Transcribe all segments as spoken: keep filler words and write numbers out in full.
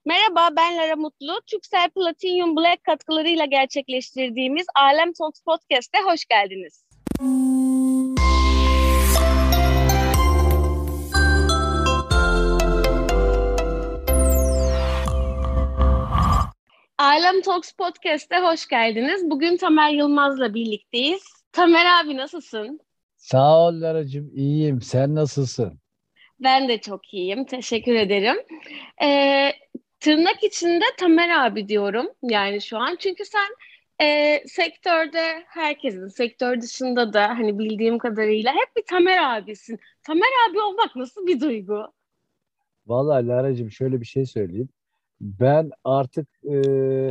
Merhaba, ben Lara Mutlu. Turkcell Platinum Black katkılarıyla gerçekleştirdiğimiz Alem Talks Podcast'e hoş geldiniz. Alem Talks Podcast'e hoş geldiniz. Bugün Tamer Yılmaz'la birlikteyiz. Tamer abi nasılsın? Sağ ol Laracığım, iyiyim. Sen nasılsın? Ben de çok iyiyim, teşekkür ederim. Ee, tırnak içinde Tamer abi diyorum yani şu an. Çünkü sen e, sektörde herkesin, sektör dışında da hani bildiğim kadarıyla hep bir Tamer abisin. Tamer abi olmak nasıl bir duygu? Vallahi Laracığım şöyle bir şey söyleyeyim. Ben artık e,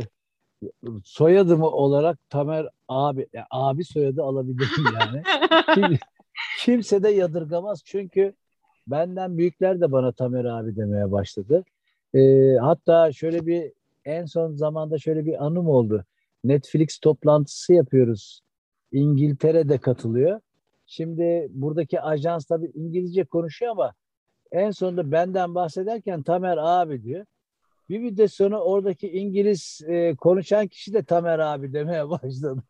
soyadımı olarak Tamer abi, ya abi soyadı alabilirim yani. Kim, kimse de yadırgamaz çünkü benden büyükler de bana Tamer abi demeye başladı. E, hatta şöyle bir en son zamanda şöyle bir anım oldu. Netflix toplantısı yapıyoruz. İngiltere'de katılıyor. Şimdi buradaki ajans tabii İngilizce konuşuyor ama en sonunda benden bahsederken Tamer abi diyor. Bir müddet sonra oradaki İngiliz e, konuşan kişi de Tamer abi demeye başladı.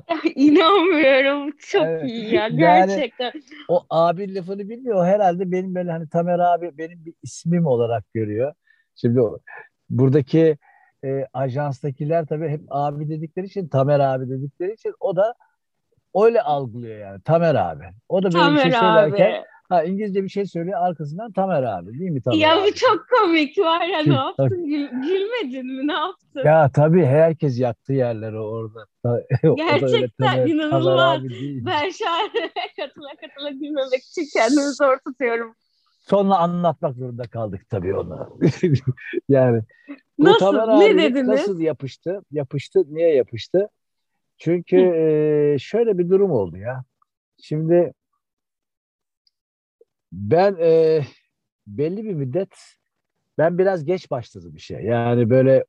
İnanmıyorum. Çok Evet. iyi ya Yani gerçekten. o abi lafını bilmiyor. O herhalde benim böyle hani Tamer abi benim bir ismim olarak görüyor. Şimdi o, buradaki e, ajanstakiler tabii hep abi dedikleri için Tamer abi dedikleri için o da öyle algılıyor yani Tamer abi. O da böyle bir Tamer şey söylerken abi. ha İngilizce bir şey söylüyor arkasından Tamer abi değil mi Tamer Ya bu abi diyor. çok komik var ya, ne Ki- yaptın? Gül, gülmedin mi? Ne yaptın? Ya tabii herkes yaktı yerleri orada. Ta- O da öyle Gerçekten Tamer, Tamer inanılmaz. abi değilmiş. Ben şu an katıla katıla gülmemek için kendimi zor tutuyorum. Sonra anlatmak zorunda kaldık tabii onu. Yani bu Nasıl? Tamer Ne abilik nasıl dediniz? yapıştı? Yapıştı. Niye yapıştı? Çünkü Hı. e, şöyle bir durum oldu ya. Şimdi ben e, belli bir müddet ben biraz geç başladı bir şey. Yani böyle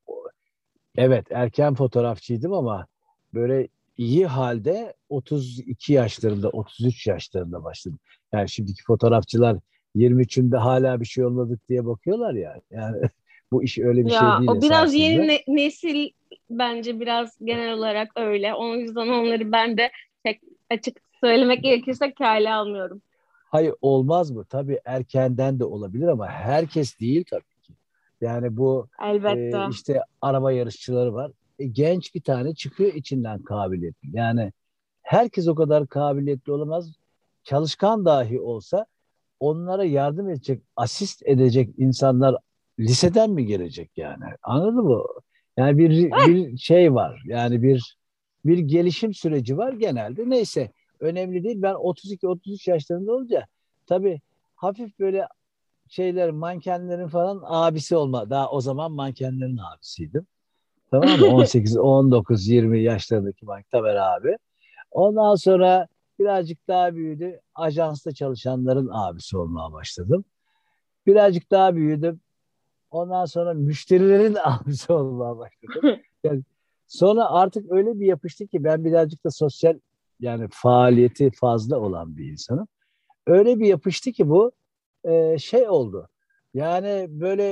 evet erken fotoğrafçıydım ama böyle iyi halde otuz iki yaşlarında, otuz üç yaşlarında başladım. Yani şimdiki fotoğrafçılar yirmi üçünde hala bir şey olmadık diye bakıyorlar ya. Yani bu iş öyle bir şey Ya değil o biraz yeni esasında. ne- nesil, bence biraz genel olarak öyle. O yüzden onları ben de tek açık söylemek gerekirse kale almıyorum. Hayır olmaz mı? Tabii erkenden de olabilir ama herkes değil tabii ki. Yani bu e, Elbette. işte araba yarışçıları var. E, genç bir tane çıkıyor içinden kabiliyetli. Yani herkes o kadar kabiliyetli olamaz. Çalışkan dahi olsa onlara yardım edecek, asist edecek insanlar liseden mi gelecek yani? Anladın mı? Yani bir Evet. bir şey var. Yani bir bir gelişim süreci var genelde. Neyse önemli değil. Ben otuz iki otuz üç yaşlarında olunca tabii hafif böyle şeyler mankenlerin falan abisi olma. Daha o zaman mankenlerin abisiydim. Tamam mı? on sekiz, on dokuz, yirmi yaşlarındaki Mike Tamer abi. Ondan sonra birazcık daha büyüdü. Ajansta çalışanların abisi olmaya başladım. Birazcık daha büyüdüm. Ondan sonra müşterilerin abisi olmaya başladım. Yani sonra artık öyle bir yapıştı ki ben birazcık da sosyal yani faaliyeti fazla olan bir insanım. Öyle bir yapıştı ki bu e, şey oldu. Yani böyle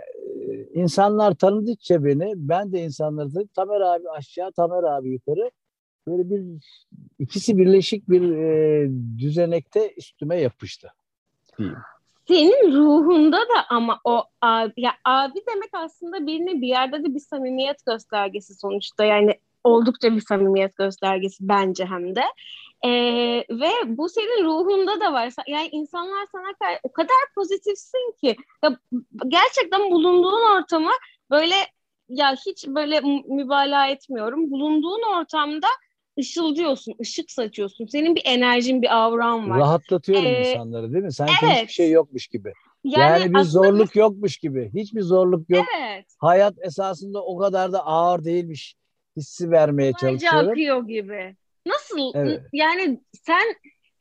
e, insanlar tanıdıkça beni, ben de insanları tanıdım. Tamer abi aşağı, Tamer abi yukarı. Böyle bir ikisi birleşik bir e, düzenekte üstüme yapıştı diyeyim. Senin ruhunda da ama o abi, ya abi demek aslında birine bir yerde de bir samimiyet göstergesi sonuçta, yani oldukça bir samimiyet göstergesi bence hem de. Ee, ve bu senin ruhunda da var. Yani insanlar sana karşı o kadar pozitifsin ki ya, gerçekten bulunduğun ortama böyle, ya hiç böyle mü- mübalağa etmiyorum. Bulunduğun ortamda ışıldıyorsun, ışık saçıyorsun. Senin bir enerjin, bir avran var. Rahatlatıyorum Ee, insanları değil mi? Sanki hiçbir şey evet. yokmuş gibi. Yani Yani bir aslında zorluk mes- yokmuş gibi. Hiçbir zorluk yok. evet, Hayat esasında o kadar da ağır değilmiş hissi vermeye kolayca çalışıyorum. akıyor gibi. Nasıl Evet. yani sen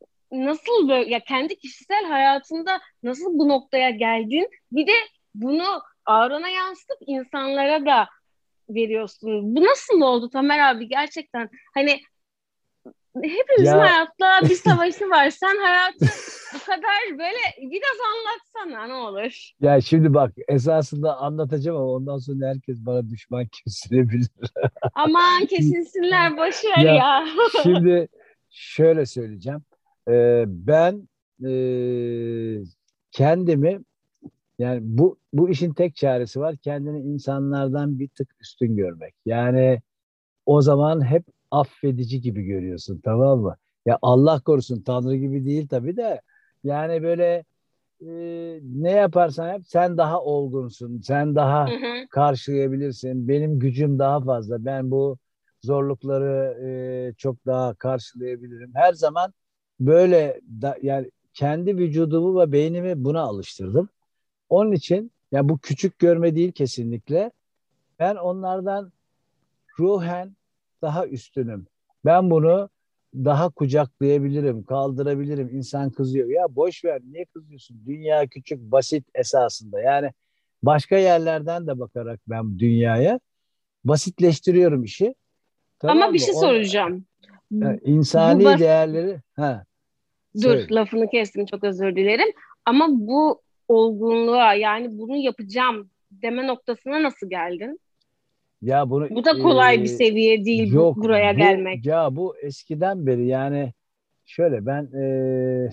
nasıl böyle, ya kendi kişisel hayatında nasıl bu noktaya geldin? Bir de bunu aurana yansıtıp insanlara da veriyorsun. Bu nasıl oldu Tamer abi, gerçekten? Hani hepimizin Ya hayatta bir savaşı var. Sen hayatı bu kadar böyle biraz anlatsana ne olur. ya şimdi bak, esasında anlatacağım ama ondan sonra herkes bana düşman kesilebilir. Aman kesinsinler boş ver Ya ya. şimdi şöyle söyleyeceğim. Ee, ben ee, kendimi, yani bu bu işin tek çaresi var. Kendini insanlardan bir tık üstün görmek. Yani o zaman hep affedici gibi görüyorsun, tamam mı? Ya Allah korusun, Tanrı gibi değil tabii de, yani böyle e, ne yaparsan yap sen daha olgunsun. Sen Hı daha hı. karşılayabilirsin. Benim gücüm daha fazla. Ben bu zorlukları e, çok daha karşılayabilirim. Her zaman böyle da, yani kendi vücudumu ve beynimi buna alıştırdım. Onun için ya bu küçük görme değil kesinlikle. Ben onlardan ruhen daha üstünüm. Ben bunu daha kucaklayabilirim, kaldırabilirim. İnsan kızıyor. Ya boş ver, niye kızıyorsun? Dünya küçük, basit esasında. Yani başka yerlerden de bakarak ben dünyaya basitleştiriyorum işi. Ama Tamam bir mı? şey On, soracağım. e, Bu insani bas değerleri, ha Dur söyle. lafını kestim çok özür dilerim. Ama bu olgunluğa yani bunu yapacağım deme noktasına nasıl geldin? Ya bunu Bu da e, kolay bir seviye değil bu, yok, buraya bu gelmek. ya bu eskiden beri, yani şöyle ben e,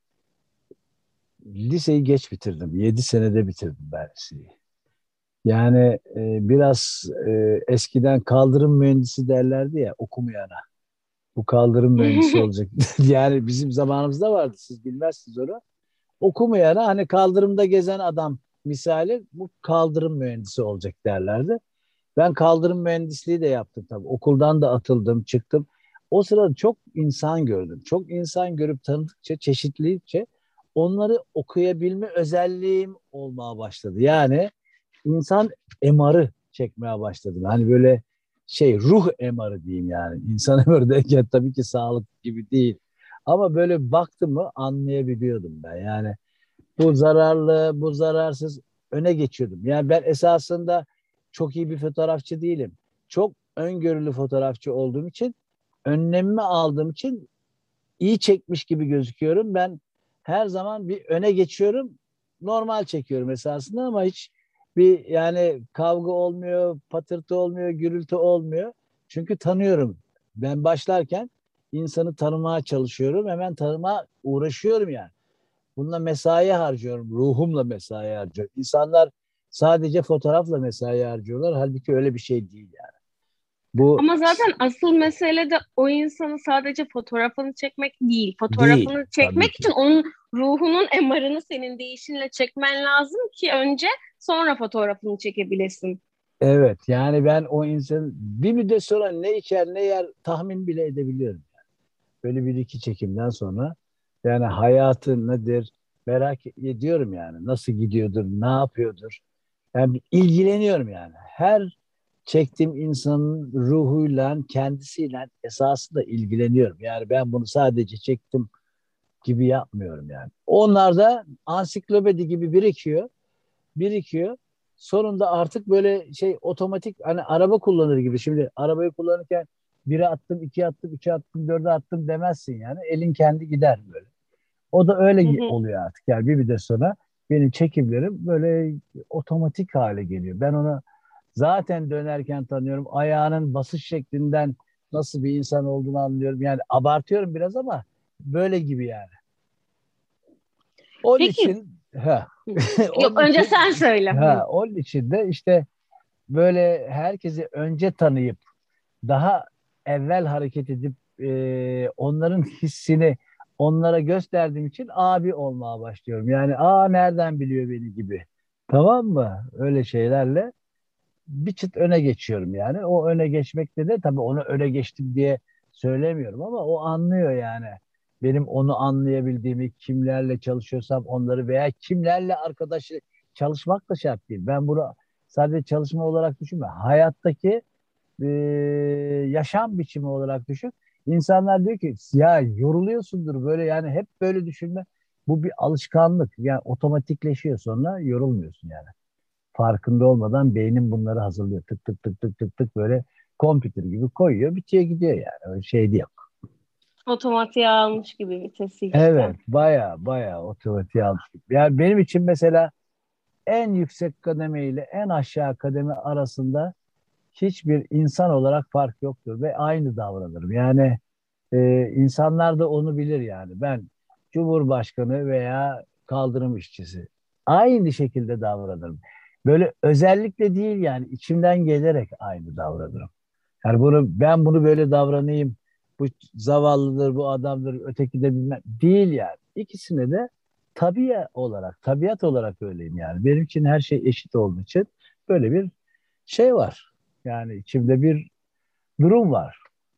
liseyi geç bitirdim. Yedi senede bitirdim ben liseyi. Yani e, biraz e, eskiden kaldırım mühendisi derlerdi ya okumayana. Bu kaldırım mühendisi olacak. Yani bizim zamanımızda vardı. Siz bilmezsiniz onu. Okumayana, hani kaldırımda gezen adam misali, bu kaldırım mühendisi olacak derlerdi. Ben kaldırım mühendisliği de yaptım tabii. Okuldan da atıldım, çıktım. O sırada çok insan gördüm. Çok insan görüp tanıdıkça, çeşitlilikçe onları okuyabilme özelliğim olmaya başladı. Yani insan emarı çekmeye başladım. Hani böyle şey, ruh emarı diyeyim yani. İnsan emarı derken tabii ki sağlık gibi değil. Ama böyle baktım mı anlayabiliyordum ben. Yani bu zararlı, bu zararsız, öne geçiyordum. Yani ben esasında çok iyi bir fotoğrafçı değilim. Çok öngörülü fotoğrafçı olduğum için, önlemimi aldığım için iyi çekmiş gibi gözüküyorum. Ben her zaman bir öne geçiyorum. Normal çekiyorum esasında ama hiç bir, yani kavga olmuyor, patırtı olmuyor, gürültü olmuyor. Çünkü tanıyorum. Ben başlarken insanı tanımaya çalışıyorum. Hemen tanımaya uğraşıyorum yani. Bununla mesai harcıyorum. Ruhumla mesai harcıyorum. İnsanlar sadece fotoğrafla mesai harcıyorlar. Halbuki öyle bir şey değil yani. Bu Ama zaten asıl mesele de o insanın sadece fotoğrafını çekmek değil. değil Fotoğrafını tabii çekmek için ki. onun ruhunun M R'ını senin değişinle çekmen lazım ki önce sonra fotoğrafını çekebilesin. Evet, yani ben o insan bir müddet sonra ne içer ne yer tahmin bile edebiliyorum. Böyle bir iki çekimden sonra yani hayatı nedir merak ediyorum yani. Nasıl gidiyordur, ne yapıyordur. Yani ilgileniyorum yani. Her çektiğim insanın ruhuyla, kendisiyle esasında ilgileniyorum. Yani ben bunu sadece çektim gibi yapmıyorum yani. Onlar da ansiklopedi gibi birikiyor, birikiyor. Sonunda artık böyle şey, otomatik, hani araba kullanır gibi. Şimdi arabayı kullanırken biri attım, iki attım, üçe attım, dörde attım demezsin yani. Elin kendi gider böyle. O da Hı öyle hı. oluyor artık. Yani bir müddet sonra benim çekimlerim böyle otomatik hale geliyor. Ben onu zaten dönerken tanıyorum. Ayağının basış şeklinden nasıl bir insan olduğunu anlıyorum. Yani abartıyorum biraz ama böyle gibi yani. Onun Peki, için ha hı. Yok onun önce için sen söyle. Hı. ha onun için de işte böyle herkesi önce tanıyıp daha evvel hareket edip e, onların hissini onlara gösterdiğim için abi olmaya başlıyorum. Yani aa, nereden biliyor beni gibi. Tamam mı? Öyle şeylerle bir çıt öne geçiyorum yani. O öne geçmekte de tabii onu öne geçtim diye söylemiyorum ama o anlıyor yani. Benim onu anlayabildiğimi, kimlerle çalışıyorsam onları veya kimlerle arkadaşı çalışmak da şart değil. Ben bunu sadece çalışma olarak düşünme. Hayattaki e, yaşam biçimi olarak düşün. İnsanlar diyor ki ya yoruluyorsundur böyle, yani hep böyle düşünme. Bu bir alışkanlık. Yani otomatikleşiyor, sonra yorulmuyorsun yani. Farkında olmadan beynin bunları hazırlıyor. Tık tık tık tık tık tık böyle computer gibi koyuyor, bitiyor gidiyor yani. Öyle şey değil. Otomatiğe almış gibi vitesi işte. Evet, baya baya otomatiğe almış. Yani benim için mesela en yüksek kademe ile en aşağı kademe arasında hiçbir insan olarak fark yoktur ve aynı davranırım. Yani e, insanlar da onu bilir yani. Ben Cumhurbaşkanı veya kaldırım işçisi aynı şekilde davranırım. Böyle özellikle değil yani içimden gelerek aynı davranırım. Yani bunu ben bunu böyle davranayım. Bu zavallıdır, bu adamdır, öteki de bilmem. Değil yani. İkisine de tabiat olarak, tabiat olarak öyleyim yani. Benim için her şey eşit olduğu için böyle bir şey var. Yani içimde bir durum var.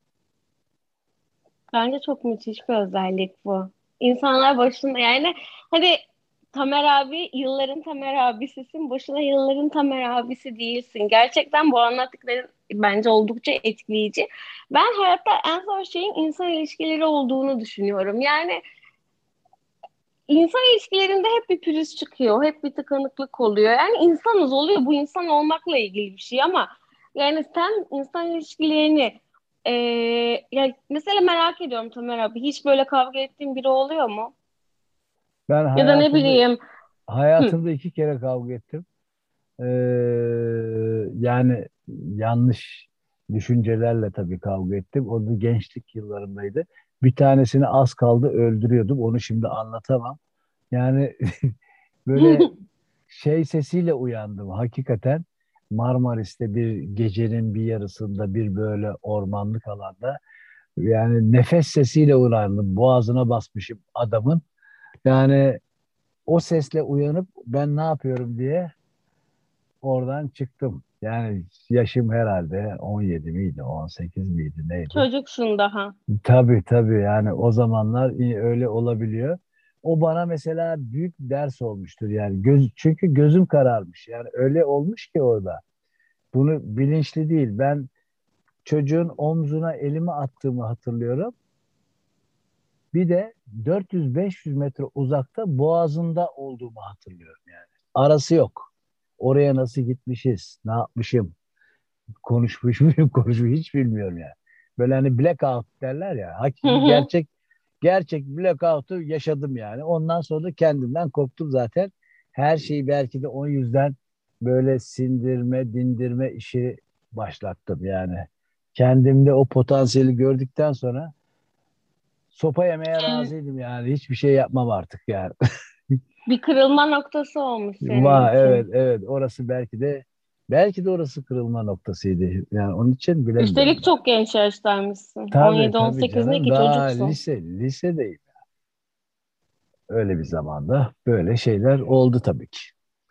Bence çok müthiş bir özellik bu. İnsanlar başında yani hadi Tamer abi yılların Tamer abisisin. Boşuna yılların Tamer abisi değilsin. Gerçekten bu anlattıkların bence oldukça etkileyici. Ben hayatta en zor şeyin insan ilişkileri olduğunu düşünüyorum. Yani insan ilişkilerinde hep bir pürüz çıkıyor. Hep bir tıkanıklık oluyor. Yani insanız oluyor. Bu insan olmakla ilgili bir şey ama yani sen insan ilişkilerini e, ya mesela merak ediyorum Tamer abi. Hiç böyle kavga ettiğin biri oluyor mu? Ben Ya da ne hayatımda bileyim. Hı. hayatımda iki kere kavga ettim. Ee, yani yanlış düşüncelerle tabii kavga ettim. O da gençlik yıllarımdaydı. Bir tanesini az kaldı öldürüyordum. Onu şimdi anlatamam. Yani böyle şey sesiyle uyandım. Hakikaten Marmaris'te bir gecenin bir yarısında bir böyle ormanlık alanda yani nefes sesiyle uyandım. Boğazına basmışım adamın. Yani o sesle uyanıp ben ne yapıyorum diye oradan çıktım. Yani yaşım herhalde on yedi miydi, on sekiz miydi neydi? Çocuksun daha. Tabii tabii yani o zamanlar iyi öyle olabiliyor. O bana mesela büyük ders olmuştur yani göz, çünkü gözüm kararmış yani öyle olmuş ki orada. Bunu bilinçli değil. Ben çocuğun omzuna elimi attığımı hatırlıyorum. Bir de dört yüz beş yüz metre uzakta boğazında olduğumu hatırlıyorum yani. Arası yok. Oraya nasıl gitmişiz, ne yapmışım, konuşmuş muyum, konuşmuş hiç bilmiyorum yani. Böyle hani blackout derler ya. Hı Hakiki hı. gerçek gerçek blackout'u yaşadım yani. Ondan sonra da kendimden koptum zaten. Her şeyi belki de o yüzden böyle sindirme, dindirme işi başlattım yani. Kendimde o potansiyeli gördükten sonra sopa yemeye razıydım yani. Hiçbir şey yapmam artık yani. Bir kırılma noktası olmuş senin Va evet için. evet orası belki de belki de orası kırılma noktasıydı. Yani onun için bilemiyorum Üstelik ben. çok genç yaştaymışsın. Tabii tabii on yedi on sekiz ne canım ki daha çocuksun. lise lisedeyim. Öyle bir zamanda böyle şeyler oldu tabii ki.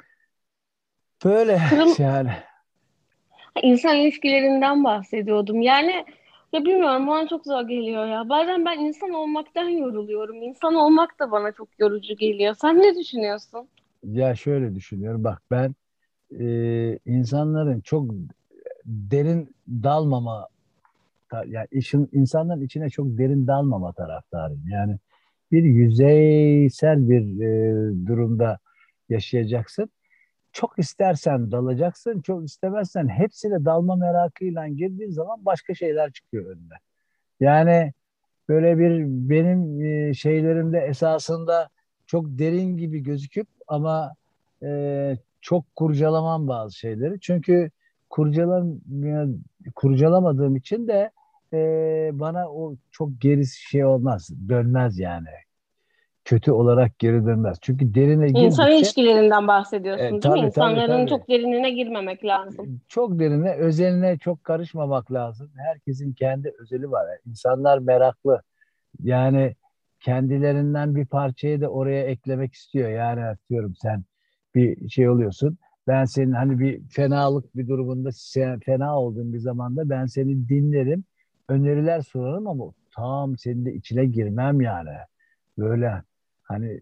Böyle Kırıl yani İnsan ilişkilerinden bahsediyordum. Yani ya bilmiyorum bana çok zor geliyor ya. Bazen ben insan olmaktan yoruluyorum. İnsan olmak da bana çok yorucu geliyor. Sen ne düşünüyorsun? ya şöyle düşünüyorum bak ben e, insanların çok derin dalmama ta- yani işin insanların içine çok derin dalmama taraftarıyım. Yani bir yüzeysel bir e, durumda yaşayacaksın. Çok istersen dalacaksın, çok istemezsen hepsine dalma merakıyla girdiğin zaman başka şeyler çıkıyor önüne. Yani böyle bir benim e, şeylerimde esasında çok derin gibi gözüküp ama e, çok kurcalamam bazı şeyleri. Çünkü kurcalam kurcalamadığım için de e, bana o çok geri şey olmaz, dönmez yani. Kötü olarak geri dönmez. Çünkü derine İnsan girdikçe ilişkilerinden e, bahsediyorsun, değil mi? tabii tabii İnsanların tabii çok derinine girmemek lazım. çok derine, özeline çok karışmamak lazım. Herkesin kendi özeli var. Yani İnsanlar meraklı. Yani kendilerinden bir parçayı da oraya eklemek istiyor. Yani diyorum sen bir şey oluyorsun. Ben senin hani bir fenalık bir durumunda sen fena olduğun bir zamanda ben seni dinlerim. Öneriler sorarım ama tam senin de içine girmem yani. Böyle hani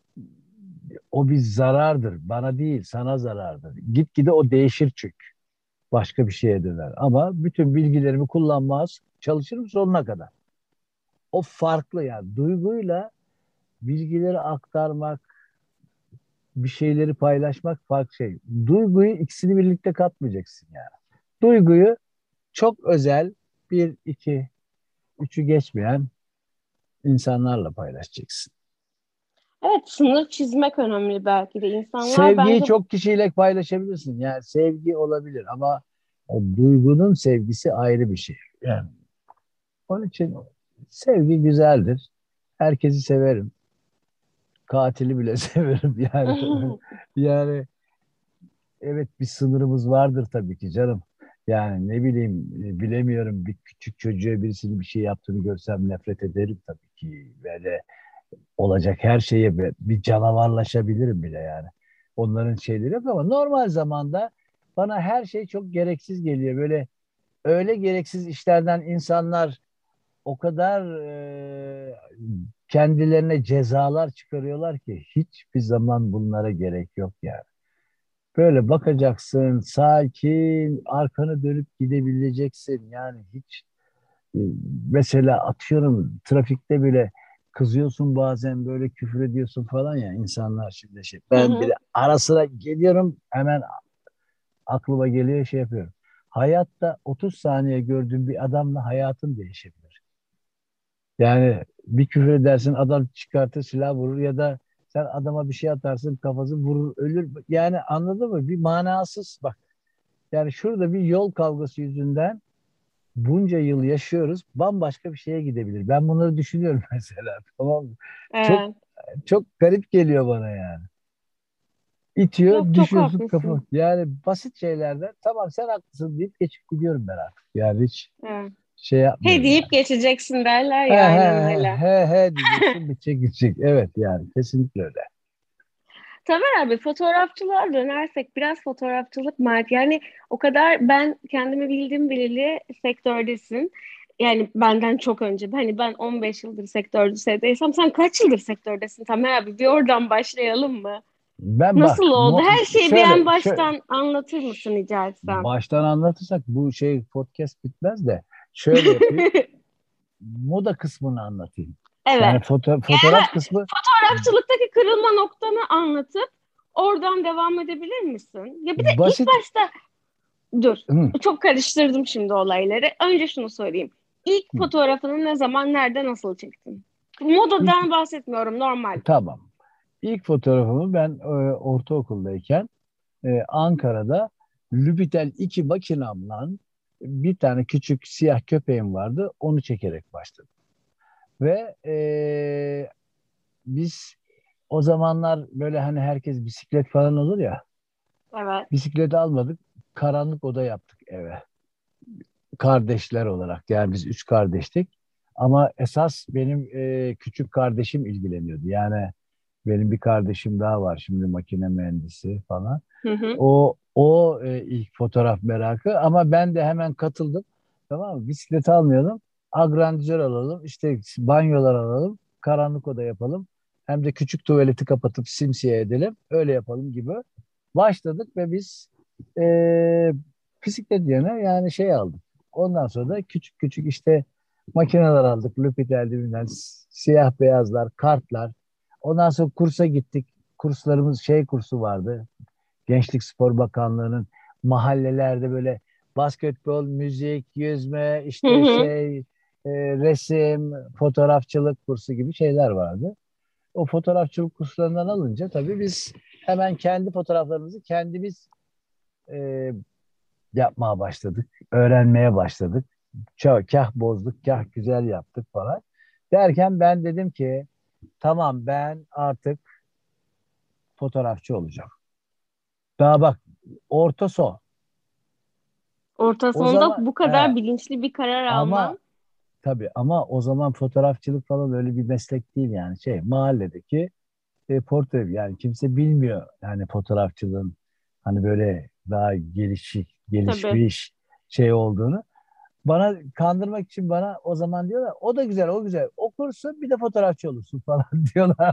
o bir zarardır. Bana değil, sana zarardır. Gitgide o değişir çünkü başka bir şeye döner. Ama bütün bilgilerimi kullanmaz, çalışırım sonuna kadar. O farklı yani. Duyguyla bilgileri aktarmak, bir şeyleri paylaşmak farklı şey. Duyguyu ikisini birlikte katmayacaksın yani. Duyguyu çok özel, bir, iki, üçü geçmeyen insanlarla paylaşacaksın. Evet, sınır çizmek önemli belki de. İnsanlar Sevgiyi bence çok kişiyle paylaşabilirsin. Yani sevgi olabilir ama o duygunun sevgisi ayrı bir şey. Yani onun için sevgi güzeldir. Herkesi severim. Katili bile severim yani. Yani evet, bir sınırımız vardır tabii ki canım. Yani ne bileyim, e, bilemiyorum, bir küçük çocuğa birisinin bir şey yaptığını görsem nefret ederim tabii ki. Böyle olacak her şeye bir, bir canavarlaşabilirim bile yani. Onların şeyleri yok ama normal zamanda bana her şey çok gereksiz geliyor. Böyle öyle gereksiz işlerden insanlar o kadar e, kendilerine cezalar çıkarıyorlar ki hiçbir zaman bunlara gerek yok yani. Böyle bakacaksın, sakin, arkanı dönüp gidebileceksin. Yani hiç e, mesela atıyorum trafikte bile kızıyorsun, bazen böyle küfür ediyorsun falan ya insanlar, şimdi şey. Hı Ben bile hı. ara sıra geliyorum, hemen aklıma geliyor, şey yapıyorum. Hayatta otuz saniye gördüğün bir adamla hayatın değişebilir. Yani bir küfür edersin, adam çıkartır silah vurur, ya da sen adama bir şey atarsın, kafası vurur ölür. Yani anladın mı? Bir manasız bak. Yani şurada bir yol kavgası yüzünden bunca yıl yaşıyoruz. Bambaşka bir şeye gidebilir. Ben bunları düşünüyorum mesela. Tamam mı? Çok Evet. çok garip geliyor bana yani. İtiyor, Yok, çok düşüyorsun kafa. haklısın. Yani basit şeylerden tamam sen haklısın deyip geçip gidiyorum ben artık. Yani hiç Evet. şey He yapmıyorum deyip yani. geçeceksin derler He ya, he aynen he öyle. he he diyeceksin, bitecek gidecek. Evet, yani kesinlikle öyle. Tamer abi, fotoğrafçılığa dönersek biraz fotoğrafçılık mark yani o kadar ben kendimi bildim bileli sektördesin. Yani benden çok önce. Hani ben on beş yıldır sektördeysem sen kaç yıldır sektördesin Tamer abi? Bir oradan başlayalım mı? Ben Nasıl bak oldu? mo- Her şeyi bir en şöyle şöyle baştan anlatır mısın rica etsem? baştan anlatırsak bu şey podcast bitmez de şöyle yapayım. Moda kısmını anlatayım. Yani Evet. foto fotoğraf Evet. kısmı Fotoğrafçılıktaki kırılma noktanı anlatıp oradan devam edebilir misin? Ya bir de ilk basit. başta dur. Hı, Çok karıştırdım şimdi olayları. Önce şunu sorayım. İlk hı. fotoğrafını ne zaman, nerede, nasıl çektin? İlk, Modadan bahsetmiyorum, normal. tamam. İlk fotoğrafımı ben e, ortaokuldayken e, Ankara'da Lubitel iki makinamla bir tane küçük siyah köpeğim vardı. Onu çekerek başladım. Ve e, biz o zamanlar böyle hani herkes bisiklet falan olur ya. Evet. Bisikleti almadık. Karanlık oda yaptık eve. Kardeşler olarak. Yani biz üç kardeştik. Ama esas benim e, küçük kardeşim ilgileniyordu. Yani benim bir kardeşim daha var şimdi, makine mühendisi falan. Hı hı. O o e, ilk fotoğraf merakı, ama ben de hemen katıldım. Tamam mı? Bisiklet almayalım. Agrandizör alalım. İşte banyolar alalım. Karanlık oda yapalım. Hem de küçük tuvaleti kapatıp simsiyah edelim. Öyle yapalım gibi. Başladık ve biz e, bisiklet yerine yani şey aldık. Ondan sonra da küçük küçük işte makineler aldık. Lüpitel, bilmem, siyah beyazlar, kartlar. Ondan sonra kursa gittik. Kurslarımız şey kursu vardı. Gençlik Spor Bakanlığı'nın mahallelerde böyle basketbol, müzik, yüzme, Hı işte hı. şey, e, resim, fotoğrafçılık kursu gibi şeyler vardı. O fotoğrafçılık kurslarından alınca tabii biz hemen kendi fotoğraflarımızı kendimiz e, yapmaya başladık. Öğrenmeye başladık. Çok, kah bozduk, kah güzel yaptık falan. Derken ben dedim ki tamam, ben artık fotoğrafçı olacağım. Daha bak, orta son. Orta O sonda zaman bu e, kadar bilinçli bir karar ama alman. tabii, ama o zaman fotoğrafçılık falan öyle bir meslek değil yani, şey, mahalledeki e, portre, yani kimse bilmiyor yani fotoğrafçılığın hani böyle daha gelişik Tabii. gelişmiş şey olduğunu. Bana kandırmak için bana o zaman diyorlar o da güzel, o güzel, okursun bir de fotoğrafçı olursun falan diyorlar.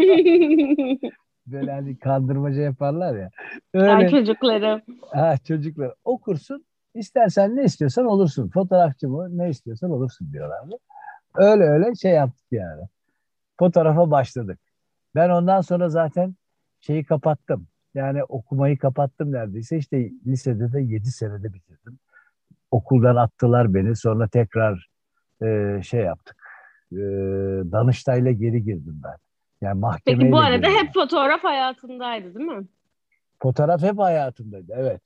Böyle hani kandırmaca yaparlar ya. Ay Öyle. çocuklarım. Ha, çocuklar okursun, istersen ne istiyorsan olursun. Fotoğrafçı mı, ne istiyorsan olursun diyorlardı. Öyle öyle şey yaptık yani. Fotoğrafa başladık. Ben ondan sonra zaten şeyi kapattım. Yani okumayı kapattım neredeyse. İşte lisede de yedi senede bitirdim. Okuldan attılar beni. Sonra tekrar e, şey yaptık. e, Danıştay'la geri girdim ben. Yani Peki bu mahkemeyle arada geri hep girdim. fotoğraf hayatındaydı, değil mi? Fotoğraf hep hayatımdaydı. Evet.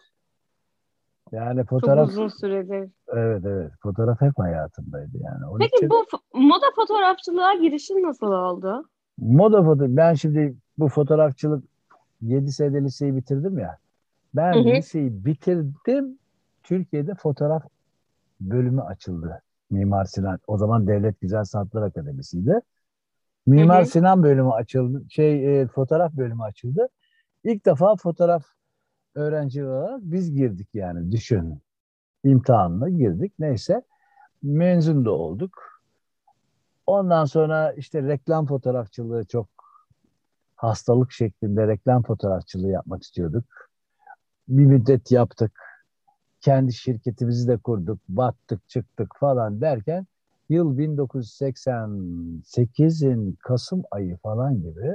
Yani Çok fotoğraf, uzun süredir. evet evet, fotoğraf hep hayatımdaydı yani. Onun Peki için bu fo- moda fotoğrafçılığa girişin nasıl oldu? moda foto ben şimdi bu fotoğrafçılık yedi senede liseyi bitirdim ya. Hı Ben hı, liseyi bitirdim. Türkiye'de fotoğraf bölümü açıldı. Mimar Sinan. O zaman Devlet Güzel Sanatlar Akademisi'ydi. hı Mimar hı. Sinan bölümü açıldı. Şey e, fotoğraf bölümü açıldı. İlk defa fotoğraf öğrenci olarak biz girdik yani düşün. İmtihanla girdik. Neyse mezun da olduk. Ondan sonra işte reklam fotoğrafçılığı çok hastalık şeklinde reklam fotoğrafçılığı yapmak istiyorduk. Bir müddet yaptık. Kendi şirketimizi de kurduk. Battık çıktık falan derken yıl bin dokuz yüz seksen sekizin Kasım ayı falan gibi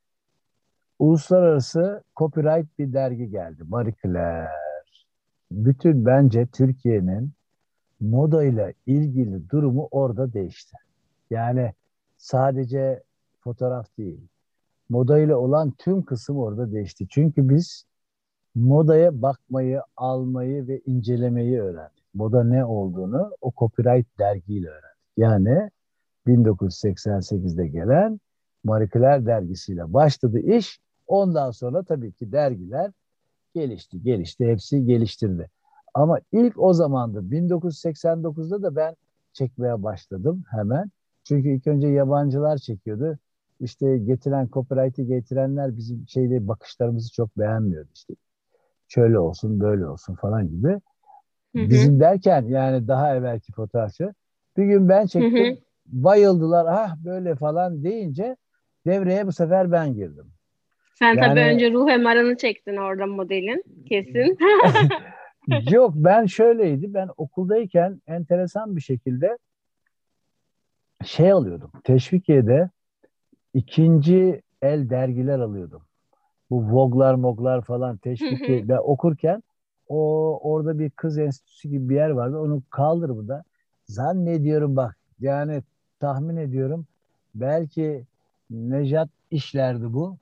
uluslararası copyright bir dergi geldi. Marie Claire. Bütün bence Türkiye'nin moda ile ilgili durumu orada değişti. Yani sadece fotoğraf değil. Moda ile olan tüm kısım orada değişti. Çünkü biz modaya bakmayı, almayı ve incelemeyi öğrendik. Moda ne olduğunu o copyright dergiyle öğrendik. Yani bin dokuz yüz seksen sekizde gelen Marie Claire dergisiyle başladı iş. Ondan sonra tabii ki dergiler gelişti, gelişti, hepsi geliştirdi. Ama ilk o zamandı bin dokuz yüz seksen dokuzda da ben çekmeye başladım hemen. Çünkü ilk önce yabancılar çekiyordu. İşte getiren copyright'i getirenler bizim şeyde bakışlarımızı çok beğenmiyordu işte. Şöyle olsun, böyle olsun falan gibi. Hı hı, Bizim derken yani daha evvelki fotoğrafçı. Bir gün ben hı hı. çektim. Bayıldılar. Ah böyle falan deyince devreye bu sefer ben girdim. Sen tabii Yani önce ruh emaranı çektin orada modelin. Kesin. yok ben şöyleydi. Ben okuldayken enteresan bir şekilde şey alıyordum. Teşvikiye'de ikinci el dergiler alıyordum. Bu Vogue'lar, Mog'lar falan Hı hı. Teşvikiye ben okurken o orada bir kız enstitüsü gibi bir yer vardı. Onu kaldır bu da. Zannediyorum bak yani tahmin ediyorum belki Nejat işlerdi bu.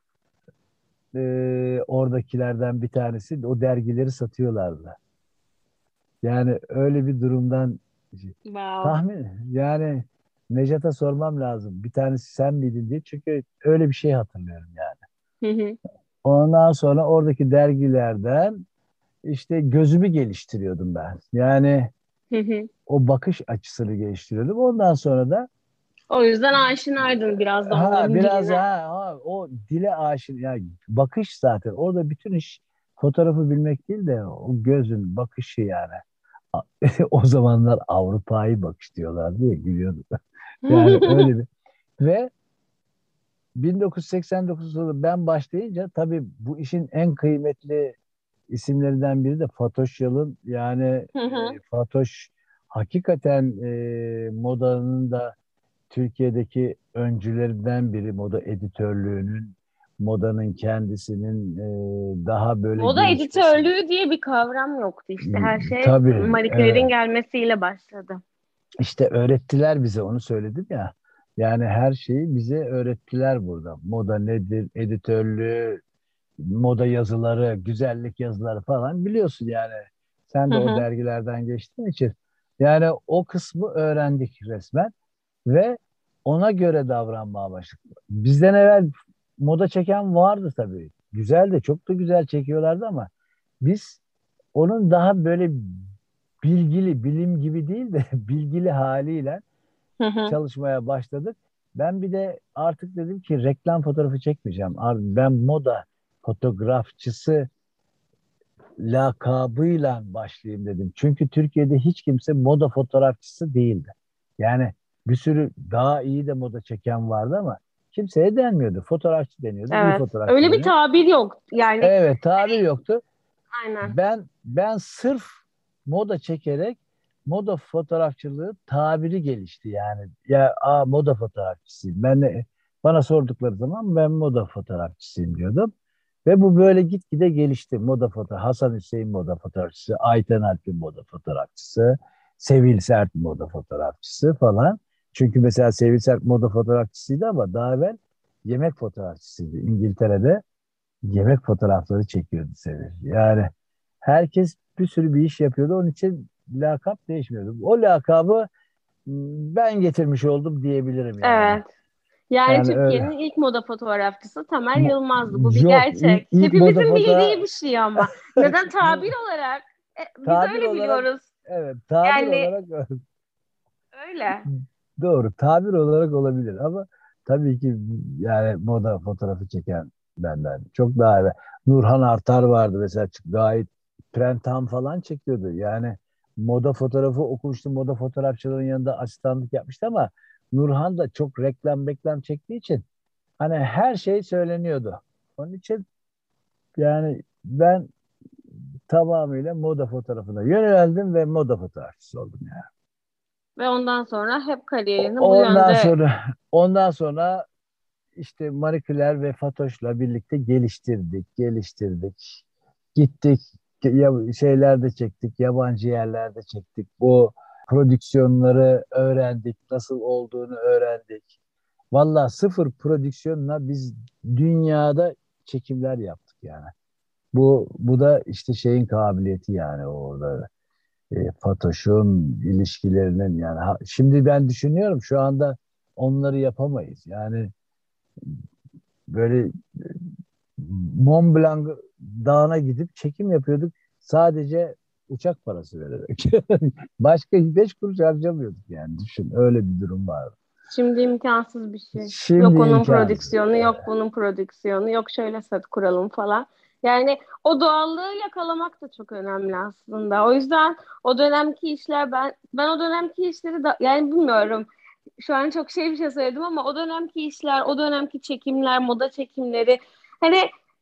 Ee, oradakilerden bir tanesi. O dergileri satıyorlardı. Yani öyle bir durumdan Wow. tahmin yani Nejat'a sormam lazım. Bir tanesi sen miydin diye. Çünkü öyle bir şey hatırlıyorum yani. Hı hı, Ondan sonra oradaki dergilerden işte gözümü geliştiriyordum ben. Yani hı hı. o bakış açısını geliştiriyordum. Ondan sonra da O yüzden aşinaydın biraz da ha onların biraz diline. ha, ha o dile aşina yani bakış zaten. Orada bütün iş fotoğrafı bilmek değil de o gözün bakışı yani. O zamanlar Avrupa'yı bakış diyorlar diye gülüyordum. Yani öyle bir ve bin dokuz yüz seksen dokuzda ben başlayınca tabii bu işin en kıymetli isimlerinden biri de Fatoş Yalın. Yani Hı e, hı. Fatoş hakikaten e, modanın da Türkiye'deki öncülerinden biri moda editörlüğünün, modanın kendisinin e, daha böyle Moda gelişmesini. editörlüğü diye bir kavram yoktu işte. Her şey Tabii, Marie Claire'in evet. gelmesiyle başladı. İşte öğrettiler bize onu söyledim ya. Yani her şeyi bize öğrettiler burada. Moda nedir, editörlüğü, moda yazıları, güzellik yazıları falan biliyorsun yani. Sen Hı de o hı. dergilerden geçtiğin için. Yani o kısmı öğrendik resmen ve ona göre davranmaya başladık. Bizden evvel moda çeken vardı tabii. Güzel de çok da güzel çekiyorlardı ama biz onun daha böyle bilgili, bilim gibi değil de bilgili haliyle Hı hı. çalışmaya başladık. Ben bir de artık dedim ki reklam fotoğrafı çekmeyeceğim. Abi ben moda fotoğrafçısı lakabıyla başlayayım dedim. Çünkü Türkiye'de hiç kimse moda fotoğrafçısı değildi. Yani bir sürü daha iyi de moda çeken vardı ama kimseye denmiyordu. Fotoğrafçı deniyordu, iyi Evet. fotoğrafçı Öyle bir deniyordu. tabir yok. Yani Evet, tabir yoktu. aynen. Ben ben sırf moda çekerek moda fotoğrafçılığı tabiri gelişti yani. Ya a moda fotoğrafçısıyım. Ben de bana sordukları zaman ben moda fotoğrafçısıyım diyordum. Ve bu böyle gitgide gelişti. Moda fotoğraf Hasan Hüseyin moda fotoğrafçısı, Ayten Alp'in moda fotoğrafçısı, Sevil Sert moda fotoğrafçısı falan. Çünkü mesela Sevil Serk moda fotoğrafçısıydı ama daha evvel yemek fotoğrafçısıydı. İngiltere'de yemek fotoğrafları çekiyordu Sevil. Yani herkes bir sürü bir iş yapıyordu. Onun için lakap değişmiyordu. O lakabı ben getirmiş oldum diyebilirim yani. Evet. Yani Yani öyle. Türkiye'nin ilk moda fotoğrafçısı Tamer Mo- Yılmaz'dı. Bu bir Yok, ilk, gerçek. ilk moda Hepimizin bildiği fotoğraf bir şey ama. Neden tabir olarak? E, biz tabir öyle olarak, biliyoruz. evet, tabir Yani olarak öyle. doğru, tabir olarak olabilir ama tabii ki yani moda fotoğrafı çeken benden çok daha evvel. Nurhan Artar vardı mesela, gayet Prentam falan çekiyordu. Yani moda fotoğrafı okumuştu, moda fotoğrafçıların yanında asistanlık yapmıştı ama Nurhan da çok reklam reklam çektiği için hani her şey söyleniyordu. Onun için yani ben tamamıyla moda fotoğrafına yöneldim ve moda fotoğrafçısı oldum yani. Ve ondan sonra hep O- kariyerini bu Ondan yönde. sonra ondan sonra işte Marie Claire ve Fatoş'la birlikte geliştirdik, geliştirdik. Gittik, ya, şeylerde çektik, yabancı yerlerde çektik. Bu prodüksiyonları öğrendik, nasıl olduğunu öğrendik. Valla sıfır prodüksiyonla biz dünyada çekimler yaptık yani. Bu bu da işte şeyin kabiliyeti yani orada. E, Fatoş'un ilişkilerinin yani ha- şimdi ben düşünüyorum şu anda onları yapamayız. Yani böyle Mont Blanc dağına gidip çekim yapıyorduk. Sadece uçak parası vererek. Başka beş kuruş harcamıyorduk yani. Düşün, öyle bir durum vardı. Şimdi imkansız bir şey. Şimdi Yok onun imkansız. prodüksiyonu, yok bunun prodüksiyonu, yok şöyle set kuralım falan. Yani o doğallığı yakalamak da çok önemli aslında. O yüzden o dönemki işler ben ben o dönemki işleri da yani bilmiyorum. Şu an çok şey bir şey söyledim ama o dönemki işler, o dönemki çekimler, moda çekimleri hani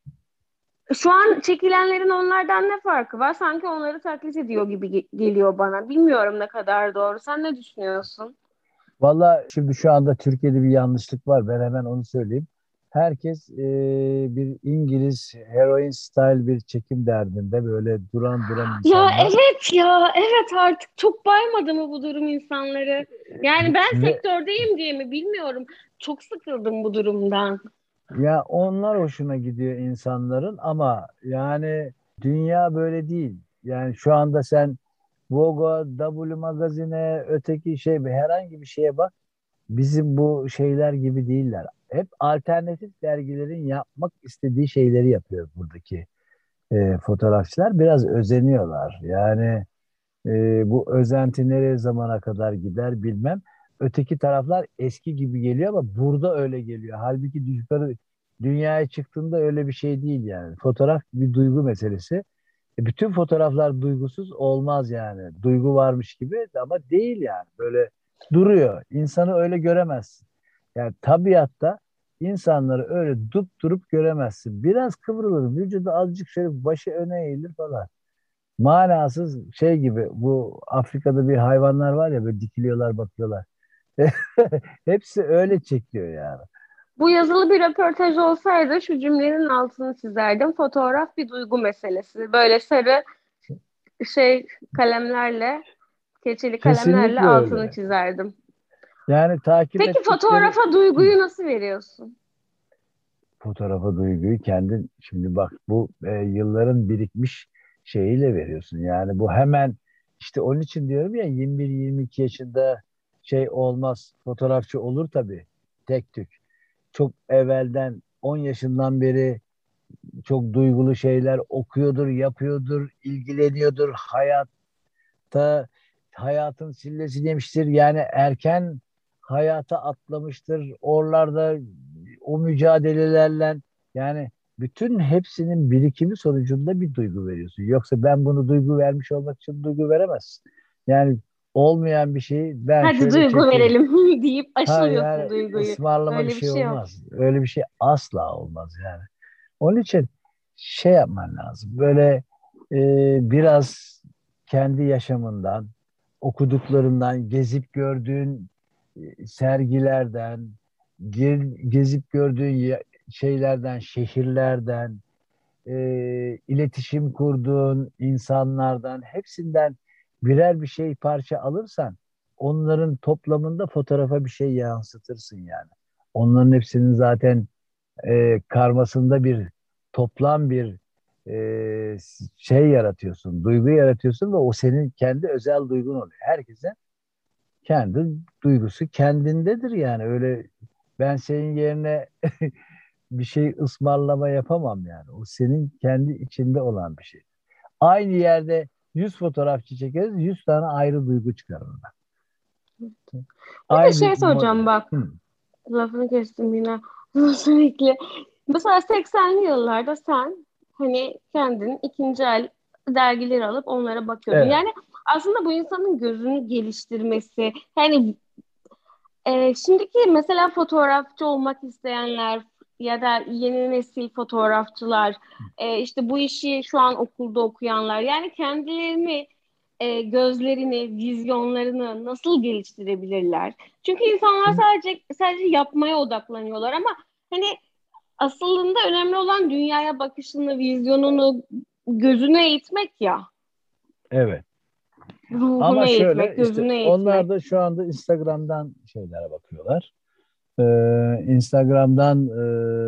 şu an çekilenlerin onlardan ne farkı var? Sanki onları taklit ediyor gibi ge- geliyor bana. Bilmiyorum ne kadar doğru. Sen ne düşünüyorsun? Valla şimdi şu anda Türkiye'de bir yanlışlık var. Ben hemen onu söyleyeyim. Herkes e, bir İngiliz heroin style bir çekim derdinde, böyle duran duran Ya insanlar. evet ya evet artık çok baymadı mı bu durum insanları? Yani ben Ve sektördeyim diye mi bilmiyorum. Çok sıkıldım bu durumdan. ya onlar hoşuna gidiyor insanların ama yani dünya böyle değil. Yani şu anda sen Vogue'a, W Magazine'e, öteki şey herhangi bir şeye bak. Bizim bu şeyler gibi değiller. Hep alternatif dergilerin yapmak istediği şeyleri yapıyor buradaki e, fotoğrafçılar. Biraz özeniyorlar. Yani e, bu özenti nereye zamana kadar gider bilmem. Öteki taraflar eski gibi geliyor ama burada öyle geliyor. Halbuki yukarı dünyaya çıktığında öyle bir şey değil yani. Fotoğraf bir duygu meselesi. E, bütün fotoğraflar duygusuz olmaz yani. Duygu varmış gibi ama değil yani. Böyle duruyor. İnsanı öyle göremezsin. Yani tabiatta insanları öyle dup durup göremezsin. Biraz kıvrılır. Vücudu azıcık şöyle başı öne eğilir falan. Manasız şey gibi, bu Afrika'da bir hayvanlar var ya, böyle dikiliyorlar bakıyorlar. Hepsi öyle çekiyor yani. Bu yazılı bir röportaj olsaydı şu cümlenin altını çizerdim. Fotoğraf bir duygu meselesi. Böyle sarı şey kalemlerle, keçeli kalemlerle Kesinlikle altını öyle. çizerdim. Yani takip Peki ettikleri fotoğrafa duyguyu nasıl veriyorsun? fotoğrafa duyguyu kendin, şimdi bak, bu e, yılların birikmiş şeyiyle veriyorsun. Yani bu hemen, işte onun için diyorum ya, yirmi bir yirmi iki yaşında şey olmaz. Fotoğrafçı olur tabii. Tek tük. Çok evvelden on yaşından beri çok duygulu şeyler okuyordur, yapıyordur, ilgileniyordur. Hayatta hayatın sillesini yemiştir. Yani erken hayata atlamıştır. Oralarda o mücadelelerle, yani bütün hepsinin birikimi sonucunda bir duygu veriyorsun. Yoksa ben bunu duygu vermiş olmak için duygu veremezsin. Yani olmayan bir şeyi ben Hadi şöyle duygu çekeyim. verelim deyip Ha yani aşılıyorsun duyguyu. ısmarlama bir Öyle bir şey şey yok. olmaz. Öyle bir şey asla olmaz yani. Onun için şey yapman lazım. Böyle e, biraz kendi yaşamından, okuduklarından, gezip gördüğün e, sergilerden, ge- gezip gördüğün ya- şeylerden, şehirlerden, e, iletişim kurduğun insanlardan, hepsinden birer bir şey, parça alırsan onların toplamında fotoğrafa bir şey yansıtırsın yani. Onların hepsinin zaten e, karmasında bir toplam bir e, şey yaratıyorsun, duygu yaratıyorsun ve o senin kendi özel duygun oluyor. Herkesin kendi duygusu kendindedir yani. Öyle ben senin yerine bir şey ısmarlama yapamam yani. O senin kendi içinde olan bir şey. Aynı yerde yüz fotoğrafçı çekeriz, yüz tane ayrı duygu çıkar orada. Bir de Aynı şey soracağım model. bak. Hı, Lafını kestim yine. Sürekli. Mesela seksenli yıllarda sen hani kendin ikinci el dergileri alıp onlara bakıyordun. evet. Yani aslında bu insanın gözünü geliştirmesi. Hani e, şimdiki mesela fotoğrafçı olmak isteyenler ya da yeni nesil fotoğrafçılar, e, işte bu işi şu an okulda okuyanlar, yani kendilerini, e, gözlerini, vizyonlarını nasıl geliştirebilirler? Çünkü insanlar Şimdi sadece sadece yapmaya odaklanıyorlar ama hani aslında önemli olan dünyaya bakışını, vizyonunu, gözüne eğitmek ya. evet. Ruhunu Ama eğitmek, şöyle işte gözünü onlar eğitmek. da şu anda Instagram'dan şeylere bakıyorlar. Ee, Instagram'dan e,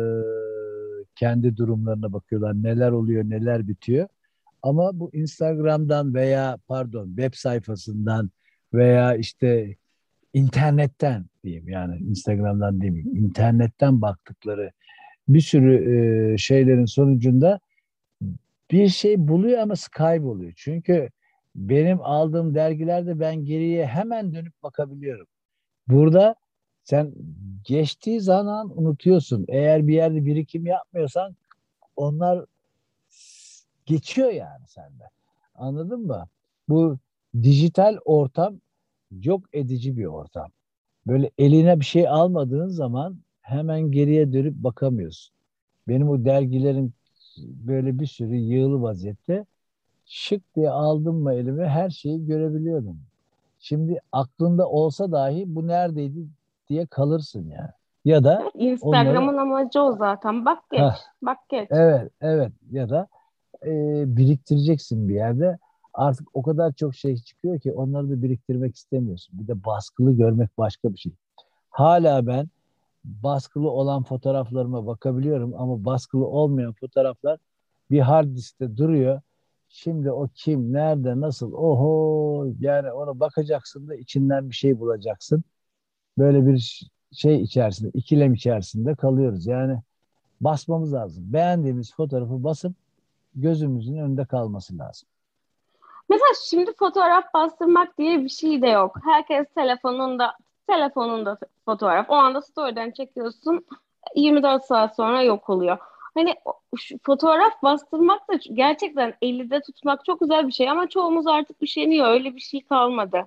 kendi durumlarına bakıyorlar. Neler oluyor, neler bitiyor. Ama bu Instagram'dan veya pardon web sayfasından veya işte internetten diyeyim yani Instagram'dan diyeyim internetten baktıkları bir sürü e, şeylerin sonucunda bir şey buluyor ama kayboluyor. Çünkü benim aldığım dergilerde ben geriye hemen dönüp bakabiliyorum. Burada sen geçtiği zaman unutuyorsun. Eğer bir yerde birikim yapmıyorsan onlar geçiyor yani sende. Anladın mı? Bu dijital ortam yok edici bir ortam. Böyle eline bir şey almadığın zaman hemen geriye dönüp bakamıyorsun. Benim o dergilerim böyle bir sürü yığılı vaziyette şık diye aldım mı elime her şeyi görebiliyordum. Şimdi aklında olsa dahi bu neredeydi diye kalırsın yani. Ya da onları Instagram'ın amacı o zaten. Bak ha geç, bak geç. evet evet ya da e, biriktireceksin bir yerde. Artık o kadar çok şey çıkıyor ki onları da biriktirmek istemiyorsun. Bir de baskılı görmek başka bir şey. Hala ben baskılı olan fotoğraflarıma bakabiliyorum ama baskılı olmayan fotoğraflar bir hard diskte duruyor. Şimdi o kim, nerede, nasıl, oho yani ona bakacaksın da içinden bir şey bulacaksın. Böyle bir şey içerisinde, ikilem içerisinde kalıyoruz. Yani basmamız lazım. Beğendiğimiz fotoğrafı basıp gözümüzün önünde kalması lazım. Mesela şimdi fotoğraf bastırmak diye bir şey de yok. Herkes telefonunda telefonunda fotoğraf. O anda story'den çekiyorsun. yirmi dört saat sonra yok oluyor. Hani o- şu fotoğraf bastırmak da gerçekten elde tutmak çok güzel bir şey ama çoğumuz artık üşeniyor. Öyle bir şey kalmadı.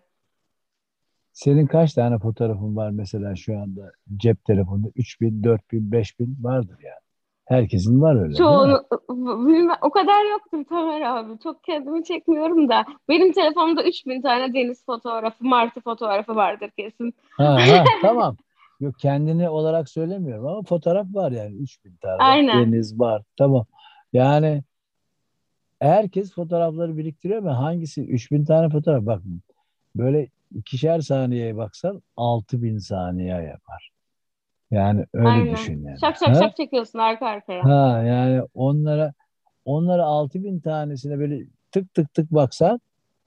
Senin kaç tane fotoğrafın var mesela şu anda cep telefonunda? üç bin, dört bin, beş bin vardır yani. Herkesin var öyle değil mi? Çoğunu bilmem- o kadar yoktur Tamer abi. Çok kendimi çekmiyorum da. Benim telefonumda üç bin tane deniz fotoğrafı, martı fotoğrafı vardır kesin. Ha ha tamam. Yok kendini olarak söylemiyorum ama fotoğraf var yani üç bin tane bak Aynen. deniz var tamam. Yani herkes fotoğrafları biriktiriyor ama hangisi üç bin tane fotoğraf bak böyle ikişer saniyeye baksan altı bin saniye yapar. Yani öyle Aynen. düşün yani. Şak şak Ha? şak çekiyorsun arka arkaya. Ha yani onlara onlara altı bin tanesine böyle tık tık tık baksan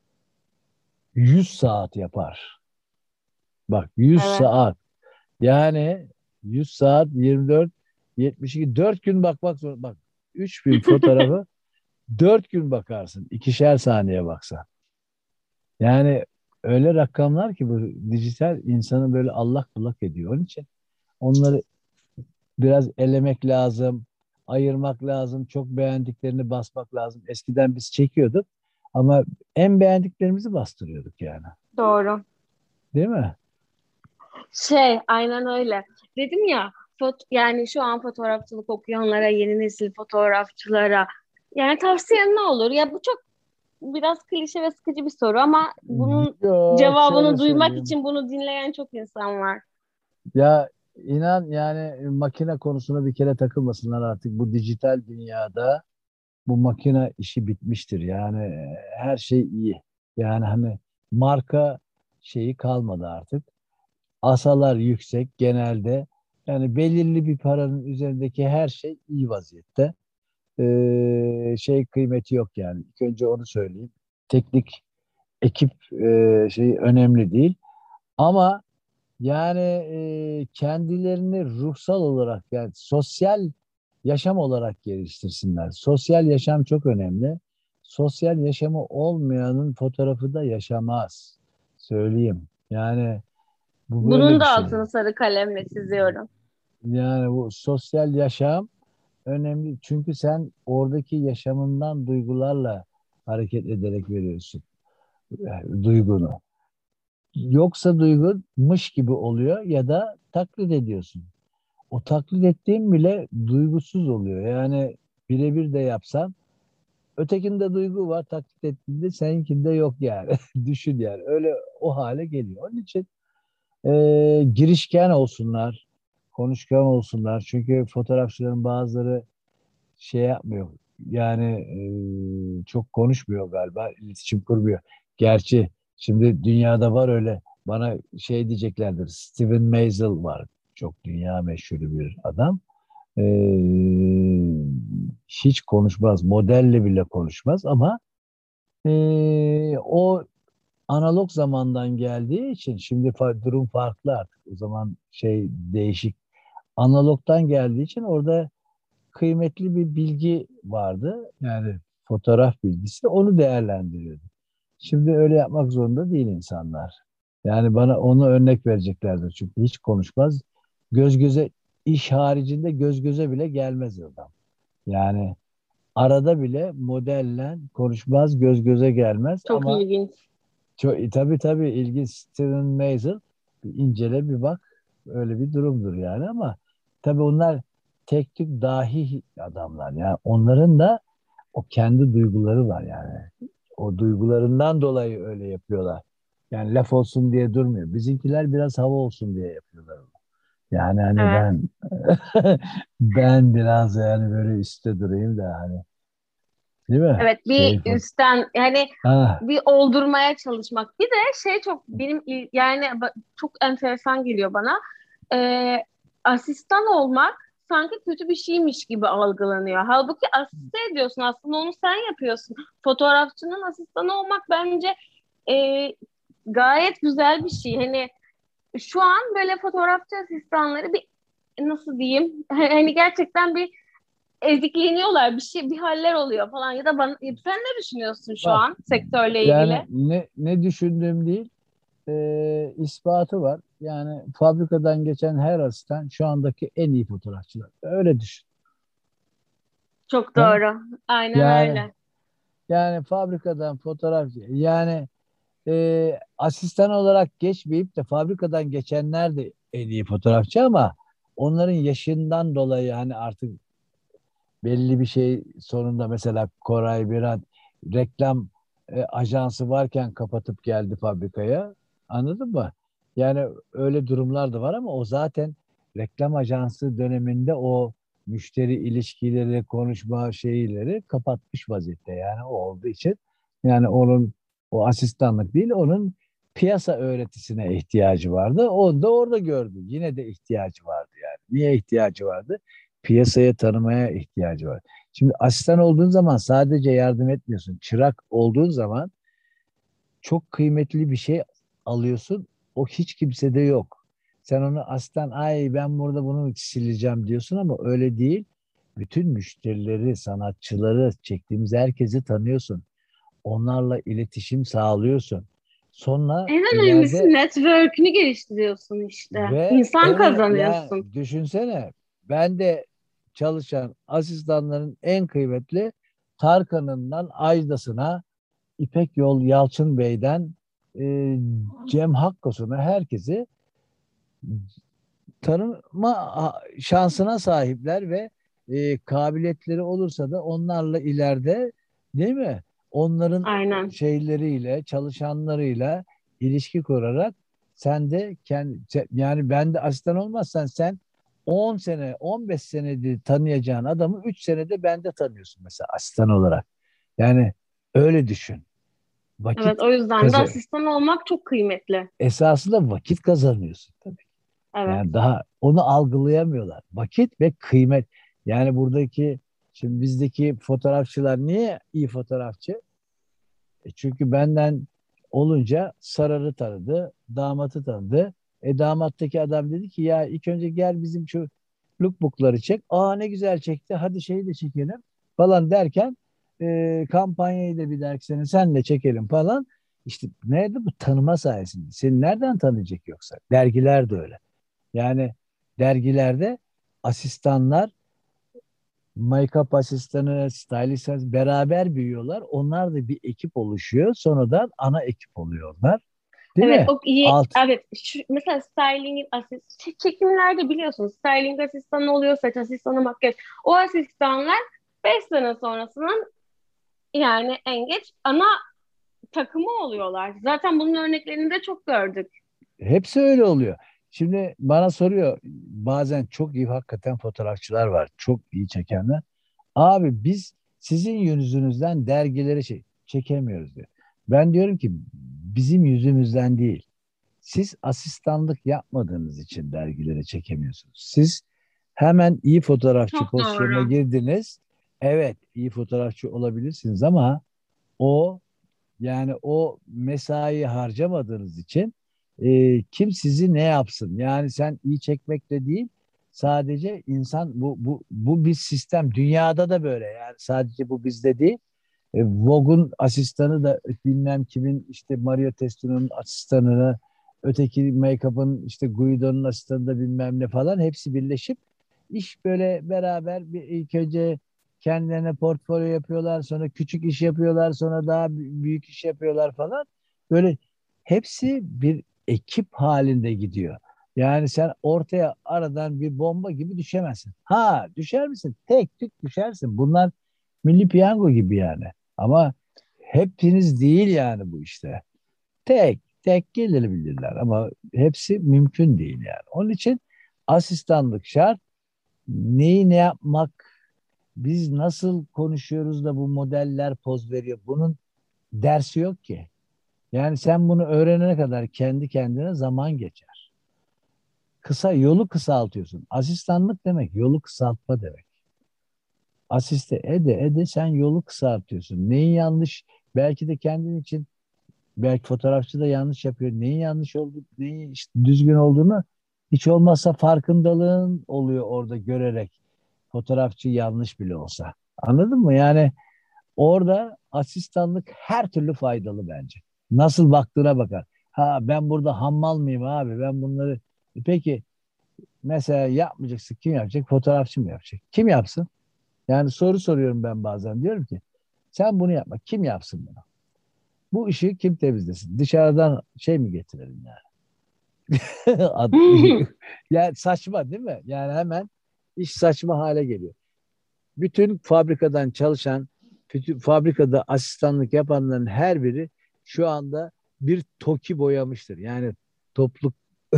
yüz saat yapar. Bak yüz Evet. saat. Yani yüz saat yirmi dört yetmiş iki dört gün bakmak zorunda. Bak üç bin fotoğrafı dört gün bakarsın. İkişer saniye baksan. Yani öyle rakamlar ki bu dijital insanı böyle allak bullak ediyor. Onun için onları biraz elemek lazım, ayırmak lazım, çok beğendiklerini basmak lazım. Eskiden biz çekiyorduk ama en beğendiklerimizi bastırıyorduk yani. Doğru. Değil mi? Şey, aynen öyle. Dedim ya, fot yani şu an fotoğrafçılık okuyanlara, yeni nesil fotoğrafçılara yani tavsiyen ne olur? Ya bu çok biraz klişe ve sıkıcı bir soru ama bunun Yok şöyle cevabını duymak söyleyeyim. için bunu dinleyen çok insan var. Ya inan yani makine konusuna bir kere takılmasınlar artık. Bu dijital dünyada bu makine işi bitmiştir. Yani e, her şey iyi. Yani hani marka şeyi kalmadı artık. Asalar yüksek genelde. Yani belirli bir paranın üzerindeki her şey iyi vaziyette. Ee, şey kıymeti yok yani. İlk önce onu söyleyeyim. Teknik ekip e, şey önemli değil. Ama yani e, kendilerini ruhsal olarak yani sosyal yaşam olarak geliştirsinler. Sosyal yaşam çok önemli. Sosyal yaşamı olmayanın fotoğrafı da yaşamaz. Söyleyeyim. Yani bu böyle Bunun bir da şey. altını sarı kalemle çiziyorum. Yani bu sosyal yaşam önemli. Çünkü sen oradaki yaşamından duygularla hareket ederek veriyorsun e, duygunu. Yoksa duygunmuş gibi oluyor ya da taklit ediyorsun. O taklit ettiğin bile duygusuz oluyor. Yani birebir de yapsan ötekinde duygu var, taklit ettiğinde seninkinde yok yani. Düşün yani. Öyle o hale geliyor. Onun için e, girişken olsunlar, konuşkan olsunlar. Çünkü fotoğrafçıların bazıları şey yapmıyor. Yani e, çok konuşmuyor galiba, iletişim kurmuyor. Gerçi şimdi dünyada var öyle. Bana şey diyeceklerdir. Steven Meisel var. Çok dünya meşhur bir adam. E, hiç konuşmaz. Modelle bile konuşmaz ama e, o analog zamandan geldiği için şimdi fa- durum farklı artık. O zaman şey değişik. Analogdan geldiği için orada kıymetli bir bilgi vardı. Yani fotoğraf bilgisi. Onu değerlendiriyordu. Şimdi öyle yapmak zorunda değil insanlar. Yani bana onu örnek vereceklerdir. Çünkü hiç konuşmaz. Göz göze iş haricinde göz göze bile gelmez adam. Yani arada bile modelle konuşmaz, göz göze gelmez Çok ama ilginç. çok, e, tabii tabii ilginç. Steven Meisel bir incele bir bak. Öyle bir durumdur yani ama tabii onlar tek tük dahi adamlar. Yani onların da o kendi duyguları var yani. O duygularından dolayı öyle yapıyorlar. Yani laf olsun diye durmuyor. Bizimkiler biraz hava olsun diye yapıyorlar onu. Yani hani Evet. ben ben biraz yani böyle üstte durayım da hani değil mi? Evet, Şey bir üstten yani ha, bir oldurmaya çalışmak. Bir de şey çok benim il- yani ba- çok enteresan geliyor bana. Ee, Asistan olmak sanki kötü bir şeymiş gibi algılanıyor. Halbuki asiste ediyorsun, aslında onu sen yapıyorsun. Fotoğrafçının asistanı olmak bence e, gayet güzel bir şey. Hani şu an böyle fotoğrafçı asistanları bir, nasıl diyeyim? Hani gerçekten bir ezikleniyorlar, bir şey, bir haller oluyor falan. Ya da bana, sen ne düşünüyorsun şu bak an sektörle yani ilgili? ne ne düşündüğüm değil e, ispatı var. Yani fabrikadan geçen her asistan şu andaki en iyi fotoğrafçılar. Öyle düşün. Çok Ha? doğru. Aynen Yani öyle. yani fabrikadan fotoğrafçı yani e, asistan olarak geçmeyip de fabrikadan geçenler de en iyi fotoğrafçı ama onların yaşından dolayı hani artık belli bir şey sonunda mesela Koray Birant reklam e, ajansı varken kapatıp geldi fabrikaya. Anladın mı? Yani öyle durumlar da var ama o zaten reklam ajansı döneminde o müşteri ilişkileri, konuşma şeyleri kapatmış vaziyette. Yani o olduğu için yani onun o asistanlık değil, onun piyasa öğretisine ihtiyacı vardı. Onu da orada gördü. Yine de ihtiyacı vardı yani. Niye ihtiyacı vardı? Piyasaya tanımaya ihtiyacı var. Şimdi asistan olduğun zaman sadece yardım etmiyorsun. Çırak olduğun zaman çok kıymetli bir şey alıyorsun. O hiç kimsede yok. Sen onu asistan ay ben burada bunu sileceğim diyorsun ama öyle değil. Bütün müşterileri, sanatçıları, çektiğimiz herkesi tanıyorsun. Onlarla iletişim sağlıyorsun. Sonra En önemlisi ileride network'ünü geliştiriyorsun işte. ve İnsan en öne- ya kazanıyorsun. düşünsene ben de çalışan asistanların en kıymetli Tarkan'ından Ajda'sına, İpek Yol Yalçın Bey'den e, Cem Hakkos'una herkesi tanıma şansına sahipler ve e, kabiliyetleri olursa da onlarla ileride değil mi? Onların Aynen. şeyleriyle, çalışanlarıyla ilişki kurarak sen de kendi yani ben de asistan olmazsan sen on sene, on beş senedir tanıyacağın adamı üç senede bende tanıyorsun mesela asistan olarak. Yani öyle düşün. Vakit Evet, o yüzden de kazan asistan olmak çok kıymetli. esasında vakit kazanıyorsun tabii. Evet. Yani daha onu algılayamıyorlar. Vakit ve kıymet. Yani buradaki şimdi bizdeki fotoğrafçılar niye iyi fotoğrafçı? E çünkü benden olunca Sarar'ı tanıdı, damatı tanıdı. E damattaki adam dedi ki ya ilk önce gel bizim şu lookbook'ları çek. Aa ne güzel çekti. Hadi şeyi de çekelim falan derken e, kampanyayı da bir dahaki sene senle çekelim falan. İşte nerede bu tanıma sayesinde? Seni nereden tanıyacak yoksa? Dergiler de öyle. Yani dergilerde asistanlar, make-up asistanı, stylist asistanı beraber büyüyorlar. Onlar da bir ekip oluşuyor. Sonradan ana ekip oluyorlar. Değil Evet, mi? o iyi. Alt. Evet, şu, mesela styling asist ç- çekimlerde biliyorsunuz styling asistanı oluyor, saç asistanı, makyaj. O asistanlar beş sene sonrasının yani en geç ana takımı oluyorlar. Zaten bunun örneklerini de çok gördük. Hepsi öyle oluyor. Şimdi bana soruyor bazen çok iyi hakikaten fotoğrafçılar var. Çok iyi çekenler. Abi biz sizin yüzünüzden dergileri çek çekemiyoruz diyor. Ben diyorum ki bizim yüzümüzden değil. Siz asistanlık yapmadığınız için dergileri çekemiyorsunuz. Siz hemen iyi fotoğrafçı Çok pozisyonuna doğru. girdiniz. Evet, iyi fotoğrafçı olabilirsiniz ama o yani o mesai harcamadığınız için e, kim sizi ne yapsın? Yani sen iyi çekmekle değil, sadece insan bu bu bu bir sistem. Dünyada da böyle. Yani sadece bu bizde değil. E, Vogue'un asistanı da bilmem kimin işte Mario Testo'nun asistanını, öteki make-up'ın işte Guido'nun asistanı da bilmem ne falan hepsi birleşip iş böyle beraber bir ilk önce kendilerine portfolyo yapıyorlar, sonra küçük iş yapıyorlar, sonra daha bü- büyük iş yapıyorlar falan. Böyle hepsi bir ekip halinde gidiyor. Yani sen ortaya aradan bir bomba gibi düşemezsin. Ha düşer misin? Tek tük düşersin. Bunlar milli piyango gibi yani. Ama hepiniz değil yani bu işte. Tek tek gelir bilirler ama hepsi mümkün değil yani. Onun için asistanlık şart. Neyi ne yapmak, biz nasıl konuşuyoruz da bu modeller poz veriyor. Bunun dersi yok ki. Yani sen bunu öğrenene kadar kendi kendine zaman geçer. Kısa yolu kısaltıyorsun. Asistanlık demek yolu kısaltma demek. Asiste ede ede sen yolu kısaltıyorsun. Neyin yanlış belki de kendin için belki fotoğrafçı da yanlış yapıyor. Neyin yanlış olduğu, neyin işte düzgün olduğunu hiç olmazsa farkındalığın oluyor orada görerek. Fotoğrafçı yanlış bile olsa. Anladın mı? Yani orada asistanlık her türlü faydalı bence. Nasıl baktığına bakar. Ha ben burada hammal mıyım abi? Ben bunları E peki mesela yapmayacaksın. Kim yapacak? Fotoğrafçı mı yapacak? Kim yapsın? Yani soru soruyorum ben bazen. Diyorum ki sen bunu yapma. Kim yapsın bunu? Bu işi kim temizlesin? Dışarıdan şey mi getirelim yani? Ad- Yani saçma değil mi? Yani hemen iş saçma hale geliyor. Bütün fabrikadan çalışan, bütün fabrikada asistanlık yapanların her biri şu anda bir TOKİ boyamıştır. Yani toplu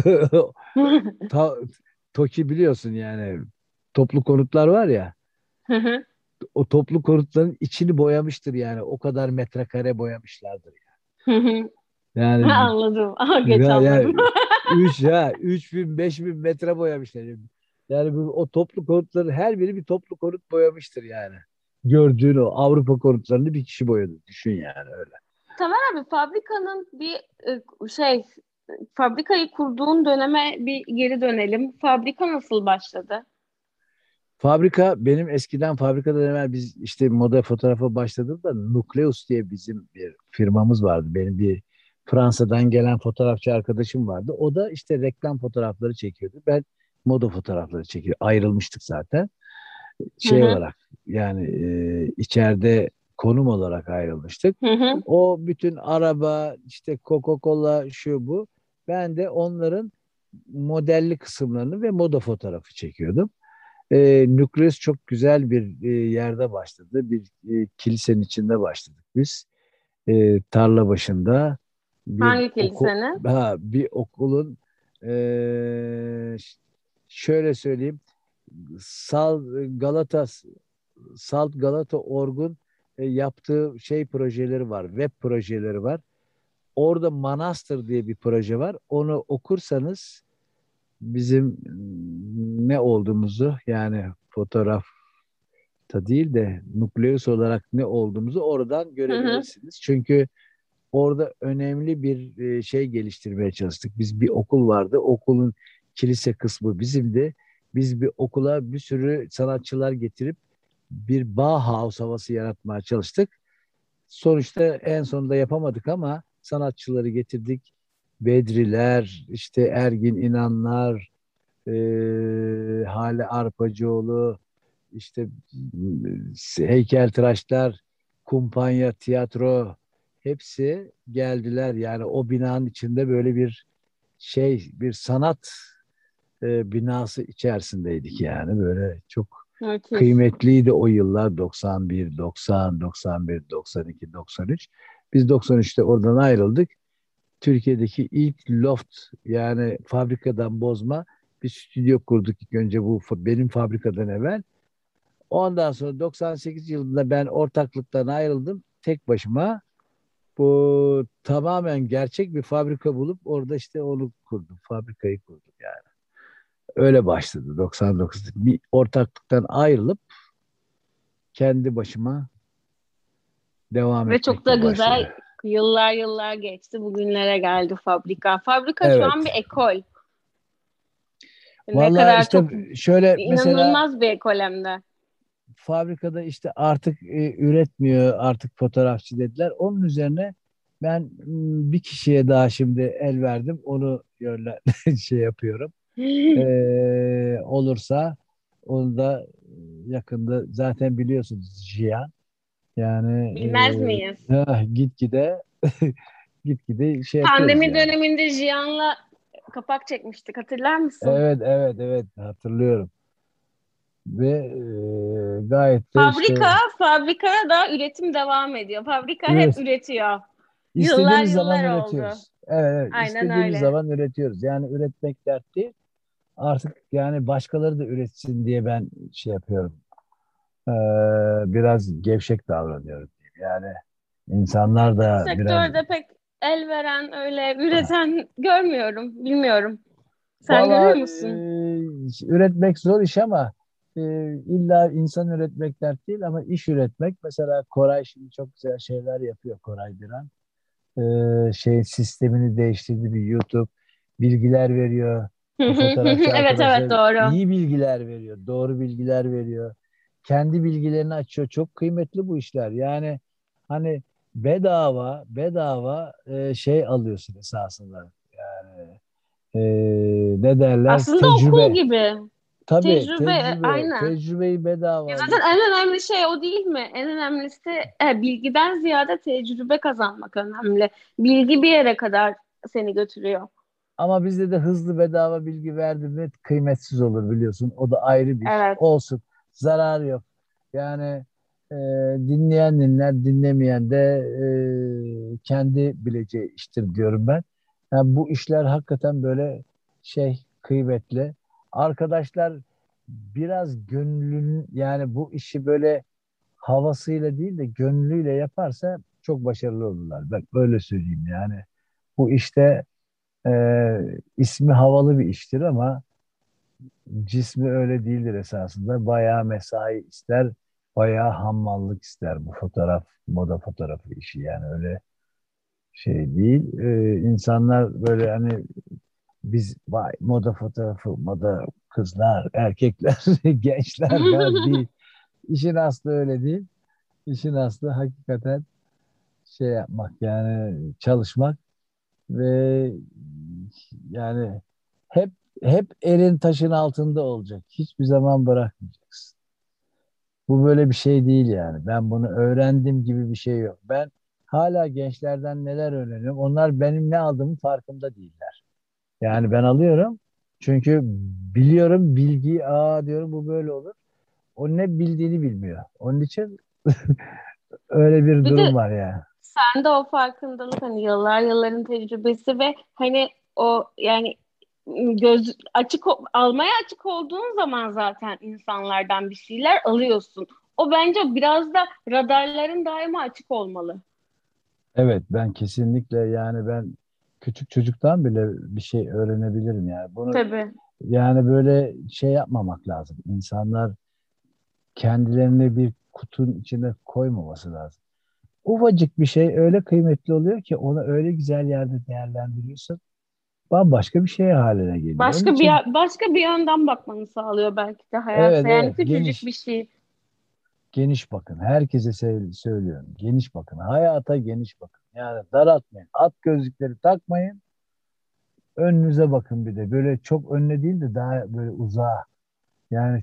ta- TOKİ biliyorsun yani toplu konutlar var ya o toplu konutların içini boyamıştır yani o kadar metrekare boyamışlardır. Yani Anladım. Aha, geç ya, anladım. ya üç ya üç bin beş bin metre boyamışlar. Yani Yani bu, o toplu konutların her biri bir toplu konut boyamıştır yani. Gördüğün o Avrupa konutlarını bir kişi boyadı. Düşün yani öyle. Tamer abi, fabrikanın bir e, şey fabrikayı kurduğun döneme bir geri dönelim. Fabrika nasıl başladı? Fabrika benim eskiden fabrikadan evvel biz işte moda fotoğrafa başladığımda Nucleus diye bizim bir firmamız vardı. Benim bir Fransa'dan gelen fotoğrafçı arkadaşım vardı. O da işte reklam fotoğrafları çekiyordu. Ben moda fotoğrafları çekiyor. Ayrılmıştık zaten. Hı Şey hı. olarak yani e, içeride konum olarak ayrılmıştık. Hı hı. O bütün araba işte Coca-Cola şu bu. Ben de onların modelli kısımlarını ve moda fotoğrafı çekiyordum. E, Nükleus çok güzel bir e, yerde başladı. Bir e, kilisenin içinde başladık biz. E, tarla başında bir Hangi oku kilisenin? ha, bir okulun e, şöyle söyleyeyim Sal Galata Salt Galata Orgun e, yaptığı şey projeleri var, web projeleri var. Orada Manastır diye bir proje var. Onu okursanız bizim mm, ne olduğumuzu, yani fotoğrafta değil de nükleus olarak ne olduğumuzu oradan Hı hı. görebilirsiniz. Çünkü orada önemli bir e, şey geliştirmeye çalıştık. Biz bir okul vardı. Okulun kilise kısmı bizimdi. Biz bir okula bir sürü sanatçılar getirip bir Bauhaus havası yaratmaya çalıştık. Sonuçta en sonunda yapamadık ama sanatçıları getirdik. Bedriler, işte Ergin İnanlar, e, Hale Arpacıoğlu, işte e, heykeltıraşlar, kumpanya, tiyatro hepsi geldiler. Yani o binanın içinde böyle bir şey, bir sanat e, binası içerisindeydik yani. Böyle çok Müthiş. kıymetliydi o yıllar doksan bir, doksan, doksan bir, doksan iki, doksan üç. Biz doksan üçte oradan ayrıldık. Türkiye'deki ilk loft, yani fabrikadan bozma bir stüdyo kurduk ilk önce, bu benim fabrikadan evvel. Ondan sonra doksan sekiz yılında ben ortaklıktan ayrıldım tek başıma. Bu tamamen gerçek bir fabrika bulup orada işte onu kurdum. Fabrikayı kurdum yani. Öyle başladı doksan dokuzda. Bir ortaklıktan ayrılıp kendi başıma devam Ve çok da etmekle güzel başladı. yıllar yıllar geçti. Bugünlere geldi fabrika. Fabrika şu an Evet. bir ekol. Ne Vallahi kadar işte çok şöyle mesela inanılmaz bir ekol hem de. fabrikada işte artık e, üretmiyor artık fotoğrafçı dediler. Onun üzerine ben m, bir kişiye daha şimdi el verdim. Onu yönle şey yapıyorum. Ee, olursa onu da yakında zaten biliyorsunuz Cihan. Yani Bilmez miyiz? e, ah, gitgide gitgide şey yapıyoruz Pandemi yani. döneminde Jiyan'la kapak çekmiştik. Hatırlar mısın? Evet, evet, evet, hatırlıyorum. Ve e, gayet de işte Fabrika, fabrikaya da üretim devam ediyor. Fabrika hep üret, üretiyor. Yıllar istediğimiz zaman yıllar oldu. üretiyoruz. Evet, evet, Aynen istediğimiz öyle. zaman üretiyoruz. Yani üretmek dert değil. Artık yani başkaları da üretsin diye ben şey yapıyorum. Ee, biraz gevşek davranıyorum diyeyim. Yani insanlar Bu da biraz sektörde pek el veren, öyle üreten görmüyorum. Bilmiyorum. Sen görüyor valla musun? e, üretmek zor iş ama e, illa insan üretmek dert değil ama iş üretmek, mesela Koray şimdi çok güzel şeyler yapıyor, Koray Biran. Ee, şey sistemini değiştirdi, bir YouTube bilgiler veriyor. Fotoğrafçı Evet evet arkadaşlar doğru. iyi bilgiler veriyor, doğru bilgiler veriyor. Kendi bilgilerini açıyor. Çok kıymetli bu işler. Yani hani bedava bedava e, şey alıyorsun esasında. Yani e, ne derler? Aslında okul Tecrübe. gibi. Tabii Tecrübe, tecrübe. aynen. Tecrübeyi bedava Ya zaten alıyorsun. en önemli şey o değil mi? En önemlisi e, bilgiden ziyade tecrübe kazanmak önemli. Bilgi bir yere kadar seni götürüyor. Ama bizde de hızlı bedava bilgi verdi mi kıymetsiz olur biliyorsun. O da ayrı bir iş. Evet. Olsun. Zarar yok. Yani e, dinleyen dinler, dinlemeyen de e, kendi bileceği iştir diyorum ben. Yani bu işler hakikaten böyle şey kıymetli. Arkadaşlar biraz gönlün, yani bu işi böyle havasıyla değil de gönlüyle yaparsa çok başarılı olurlar. Ben öyle söyleyeyim yani. Bu işte ee, ismi havalı bir iştir ama cismi öyle değildir esasında. Bayağı mesai ister, bayağı hammallık ister bu fotoğraf, moda fotoğrafı işi, yani öyle şey değil. Ee, insanlar böyle hani biz vay moda fotoğrafı, moda kızlar, erkekler, gençler falan değil. İşin aslı öyle değil. İşin aslı hakikaten şey yapmak, yani çalışmak ve yani hep hep elin taşın altında olacak. Hiçbir zaman bırakmayacaksın. Bu böyle bir şey değil yani. Ben bunu öğrendim gibi bir şey yok. Ben hala gençlerden neler öğreniyorum. Onlar benim ne aldığımın farkında değiller. Yani ben alıyorum. Çünkü biliyorum bilgi, aa diyorum bu böyle olur. O ne bildiğini bilmiyor. Onun için öyle bir Bir durum de var yani. sende o farkındalık, hani yıllar yılların tecrübesi ve hani o yani göz açık o- almaya açık olduğun zaman zaten insanlardan bir şeyler alıyorsun. O bence biraz da radarların daima açık olmalı. Evet, ben kesinlikle, yani ben küçük çocuktan bile bir şey öğrenebilirim yani. Bunu Tabii. yani böyle şey yapmamak lazım. İnsanlar kendilerini bir kutunun içine koymaması lazım. Ufacık bir şey öyle kıymetli oluyor ki onu öyle güzel yerde değerlendiriyorsun. Bambaşka bir şey haline geliyor. Onun Başka için bir başka bir yönden bakmanı sağlıyor belki de evet, hayata. Yani evet, küçücük geniş bir şey. geniş bakın. Herkese sö- söylüyorum. Geniş bakın. Hayata geniş bakın. Yani daraltmayın. At gözlükleri takmayın. Önünüze bakın bir de. Böyle çok önüne değil de daha böyle uzağa. Yani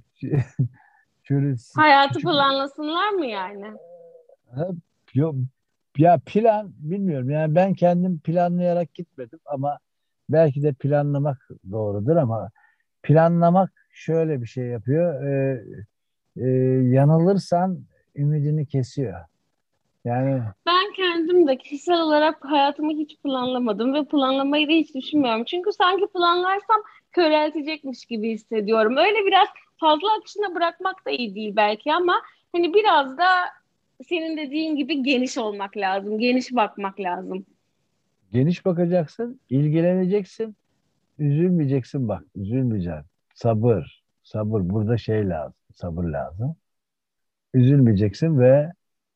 şöyle si- Hayatı küçük. planlasınlar mı yani? Ha, yo- ya plan bilmiyorum. Yani ben kendim planlayarak gitmedim ama belki de planlamak doğrudur ama planlamak şöyle bir şey yapıyor. Ee, e, yanılırsan ümidini kesiyor. Yani Ben kendim de kişisel olarak hayatımı hiç planlamadım ve planlamayı da hiç düşünmüyorum. Çünkü sanki planlarsam köreltecekmiş gibi hissediyorum. Öyle biraz fazla akışına bırakmak da iyi değil belki ama hani biraz da senin dediğin gibi geniş olmak lazım, geniş bakmak lazım. geniş bakacaksın, ilgileneceksin, üzülmeyeceksin bak, üzülmeyeceksin. Sabır, sabır. Burada şey lazım, sabır lazım. Üzülmeyeceksin ve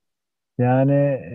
yani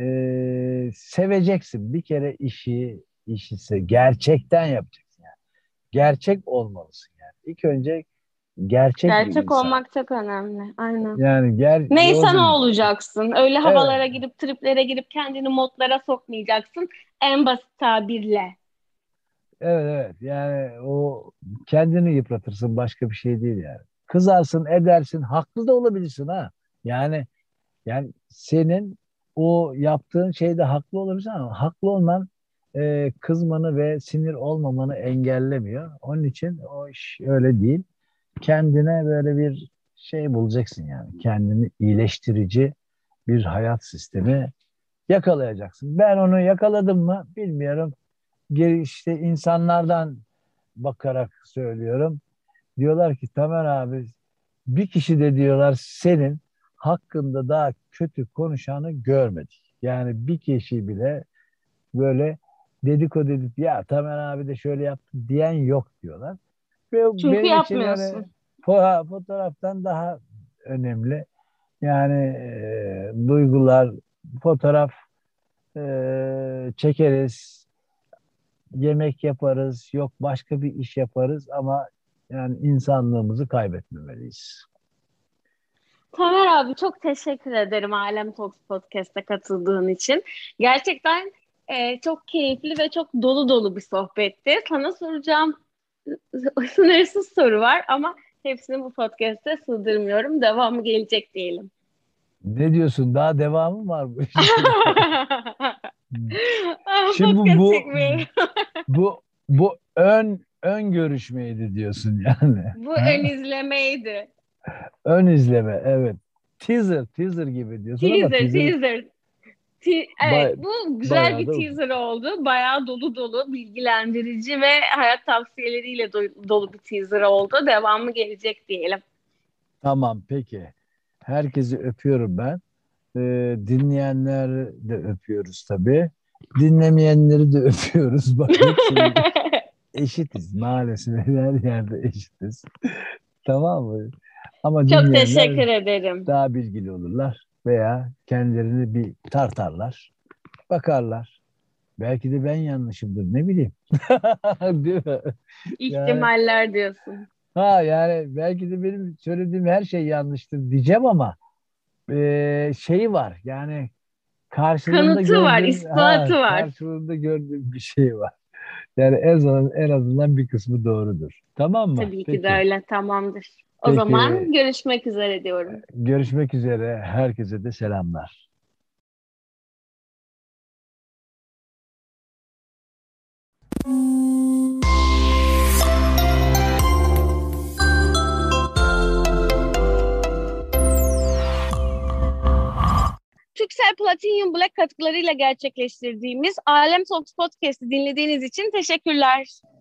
e, seveceksin. Bir kere işi, iş ise gerçekten yapacaksın yani. Gerçek olmalısın yani. İlk önce gerçek bir Gerçek insan. olmak çok önemli. Aynen. Yani ger o Neyse ne olacaksın. Öyle evet, havalara girip triplere girip kendini modlara sokmayacaksın. En basit tabirle. evet, evet. Yani o kendini yıpratırsın, başka bir şey değil yani. Kızarsın, edersin, haklı da olabilirsin ha. Yani yani senin o yaptığın şeyde haklı olabilirsin ama haklı olman e, kızmanı ve sinir olmamanı engellemiyor. Onun için o iş öyle değil. Kendine böyle bir şey bulacaksın yani. Kendini iyileştirici bir hayat sistemi yakalayacaksın. Ben onu yakaladım mı bilmiyorum. Geri işte insanlardan bakarak söylüyorum. Diyorlar ki Tamer abi, bir kişi de diyorlar senin hakkında daha kötü konuşanı görmedik. Yani bir kişi bile böyle dedikodu edip ya Tamer abi de şöyle yaptı diyen yok diyorlar. Ve Çünkü benim için yani yapmıyorsun. fo- fotoğraftan daha önemli. Yani e, duygular, fotoğraf e, çekeriz, yemek yaparız, yok başka bir iş yaparız ama yani insanlığımızı kaybetmemeliyiz. Tamer abi çok teşekkür ederim Alem Talks Podcast'a katıldığın için. Gerçekten e, çok keyifli ve çok dolu dolu bir sohbetti. Sana soracağım sınırsız soru var ama hepsini bu podcast'e sığdırmıyorum. Devamı gelecek diyelim. Ne diyorsun? Daha devamı var bu işin. Şimdi bu Podcast bu çekmeyelim. bu bu ön ön görüşmeydi diyorsun yani. Bu Ha? ön izlemeydi. Ön izleme, evet. Teaser, teaser gibi diyorsun ama Teaser, teaser teaser. Te- evet, bay, bu güzel bayağı bir da teaser oldu. Bayağı dolu dolu, bilgilendirici ve hayat tavsiyeleriyle do- dolu bir teaser oldu. Devamı gelecek diyelim. tamam peki. Herkesi öpüyorum ben. Ee, dinleyenleri de öpüyoruz tabii. Dinlemeyenleri de öpüyoruz. Bak hepsini eşitiz. Maalesef her yerde eşitiz. Tamam mı? Ama Çok dinleyenler teşekkür ederim. daha bilgili olurlar veya kendilerini bir tartarlar, bakarlar. Belki de ben yanlışımdır, ne bileyim. Değil mi? Yani İhtimaller diyorsun. ha yani belki de benim söylediğim her şey yanlıştır diyeceğim ama e, şeyi var. Yani karşılığında Kanıtı var, gördüğüm ispatı ha var. karşılığında gördüğüm bir şey var. Yani en azından, en azından bir kısmı doğrudur. Tamam mı? Tabii ki de Peki. öyle, tamamdır. O Peki zaman görüşmek üzere diyorum. görüşmek üzere. Herkese de selamlar. Turkcell Platinum Black katkılarıyla gerçekleştirdiğimiz Alem Talks Podcast'ı dinlediğiniz için teşekkürler.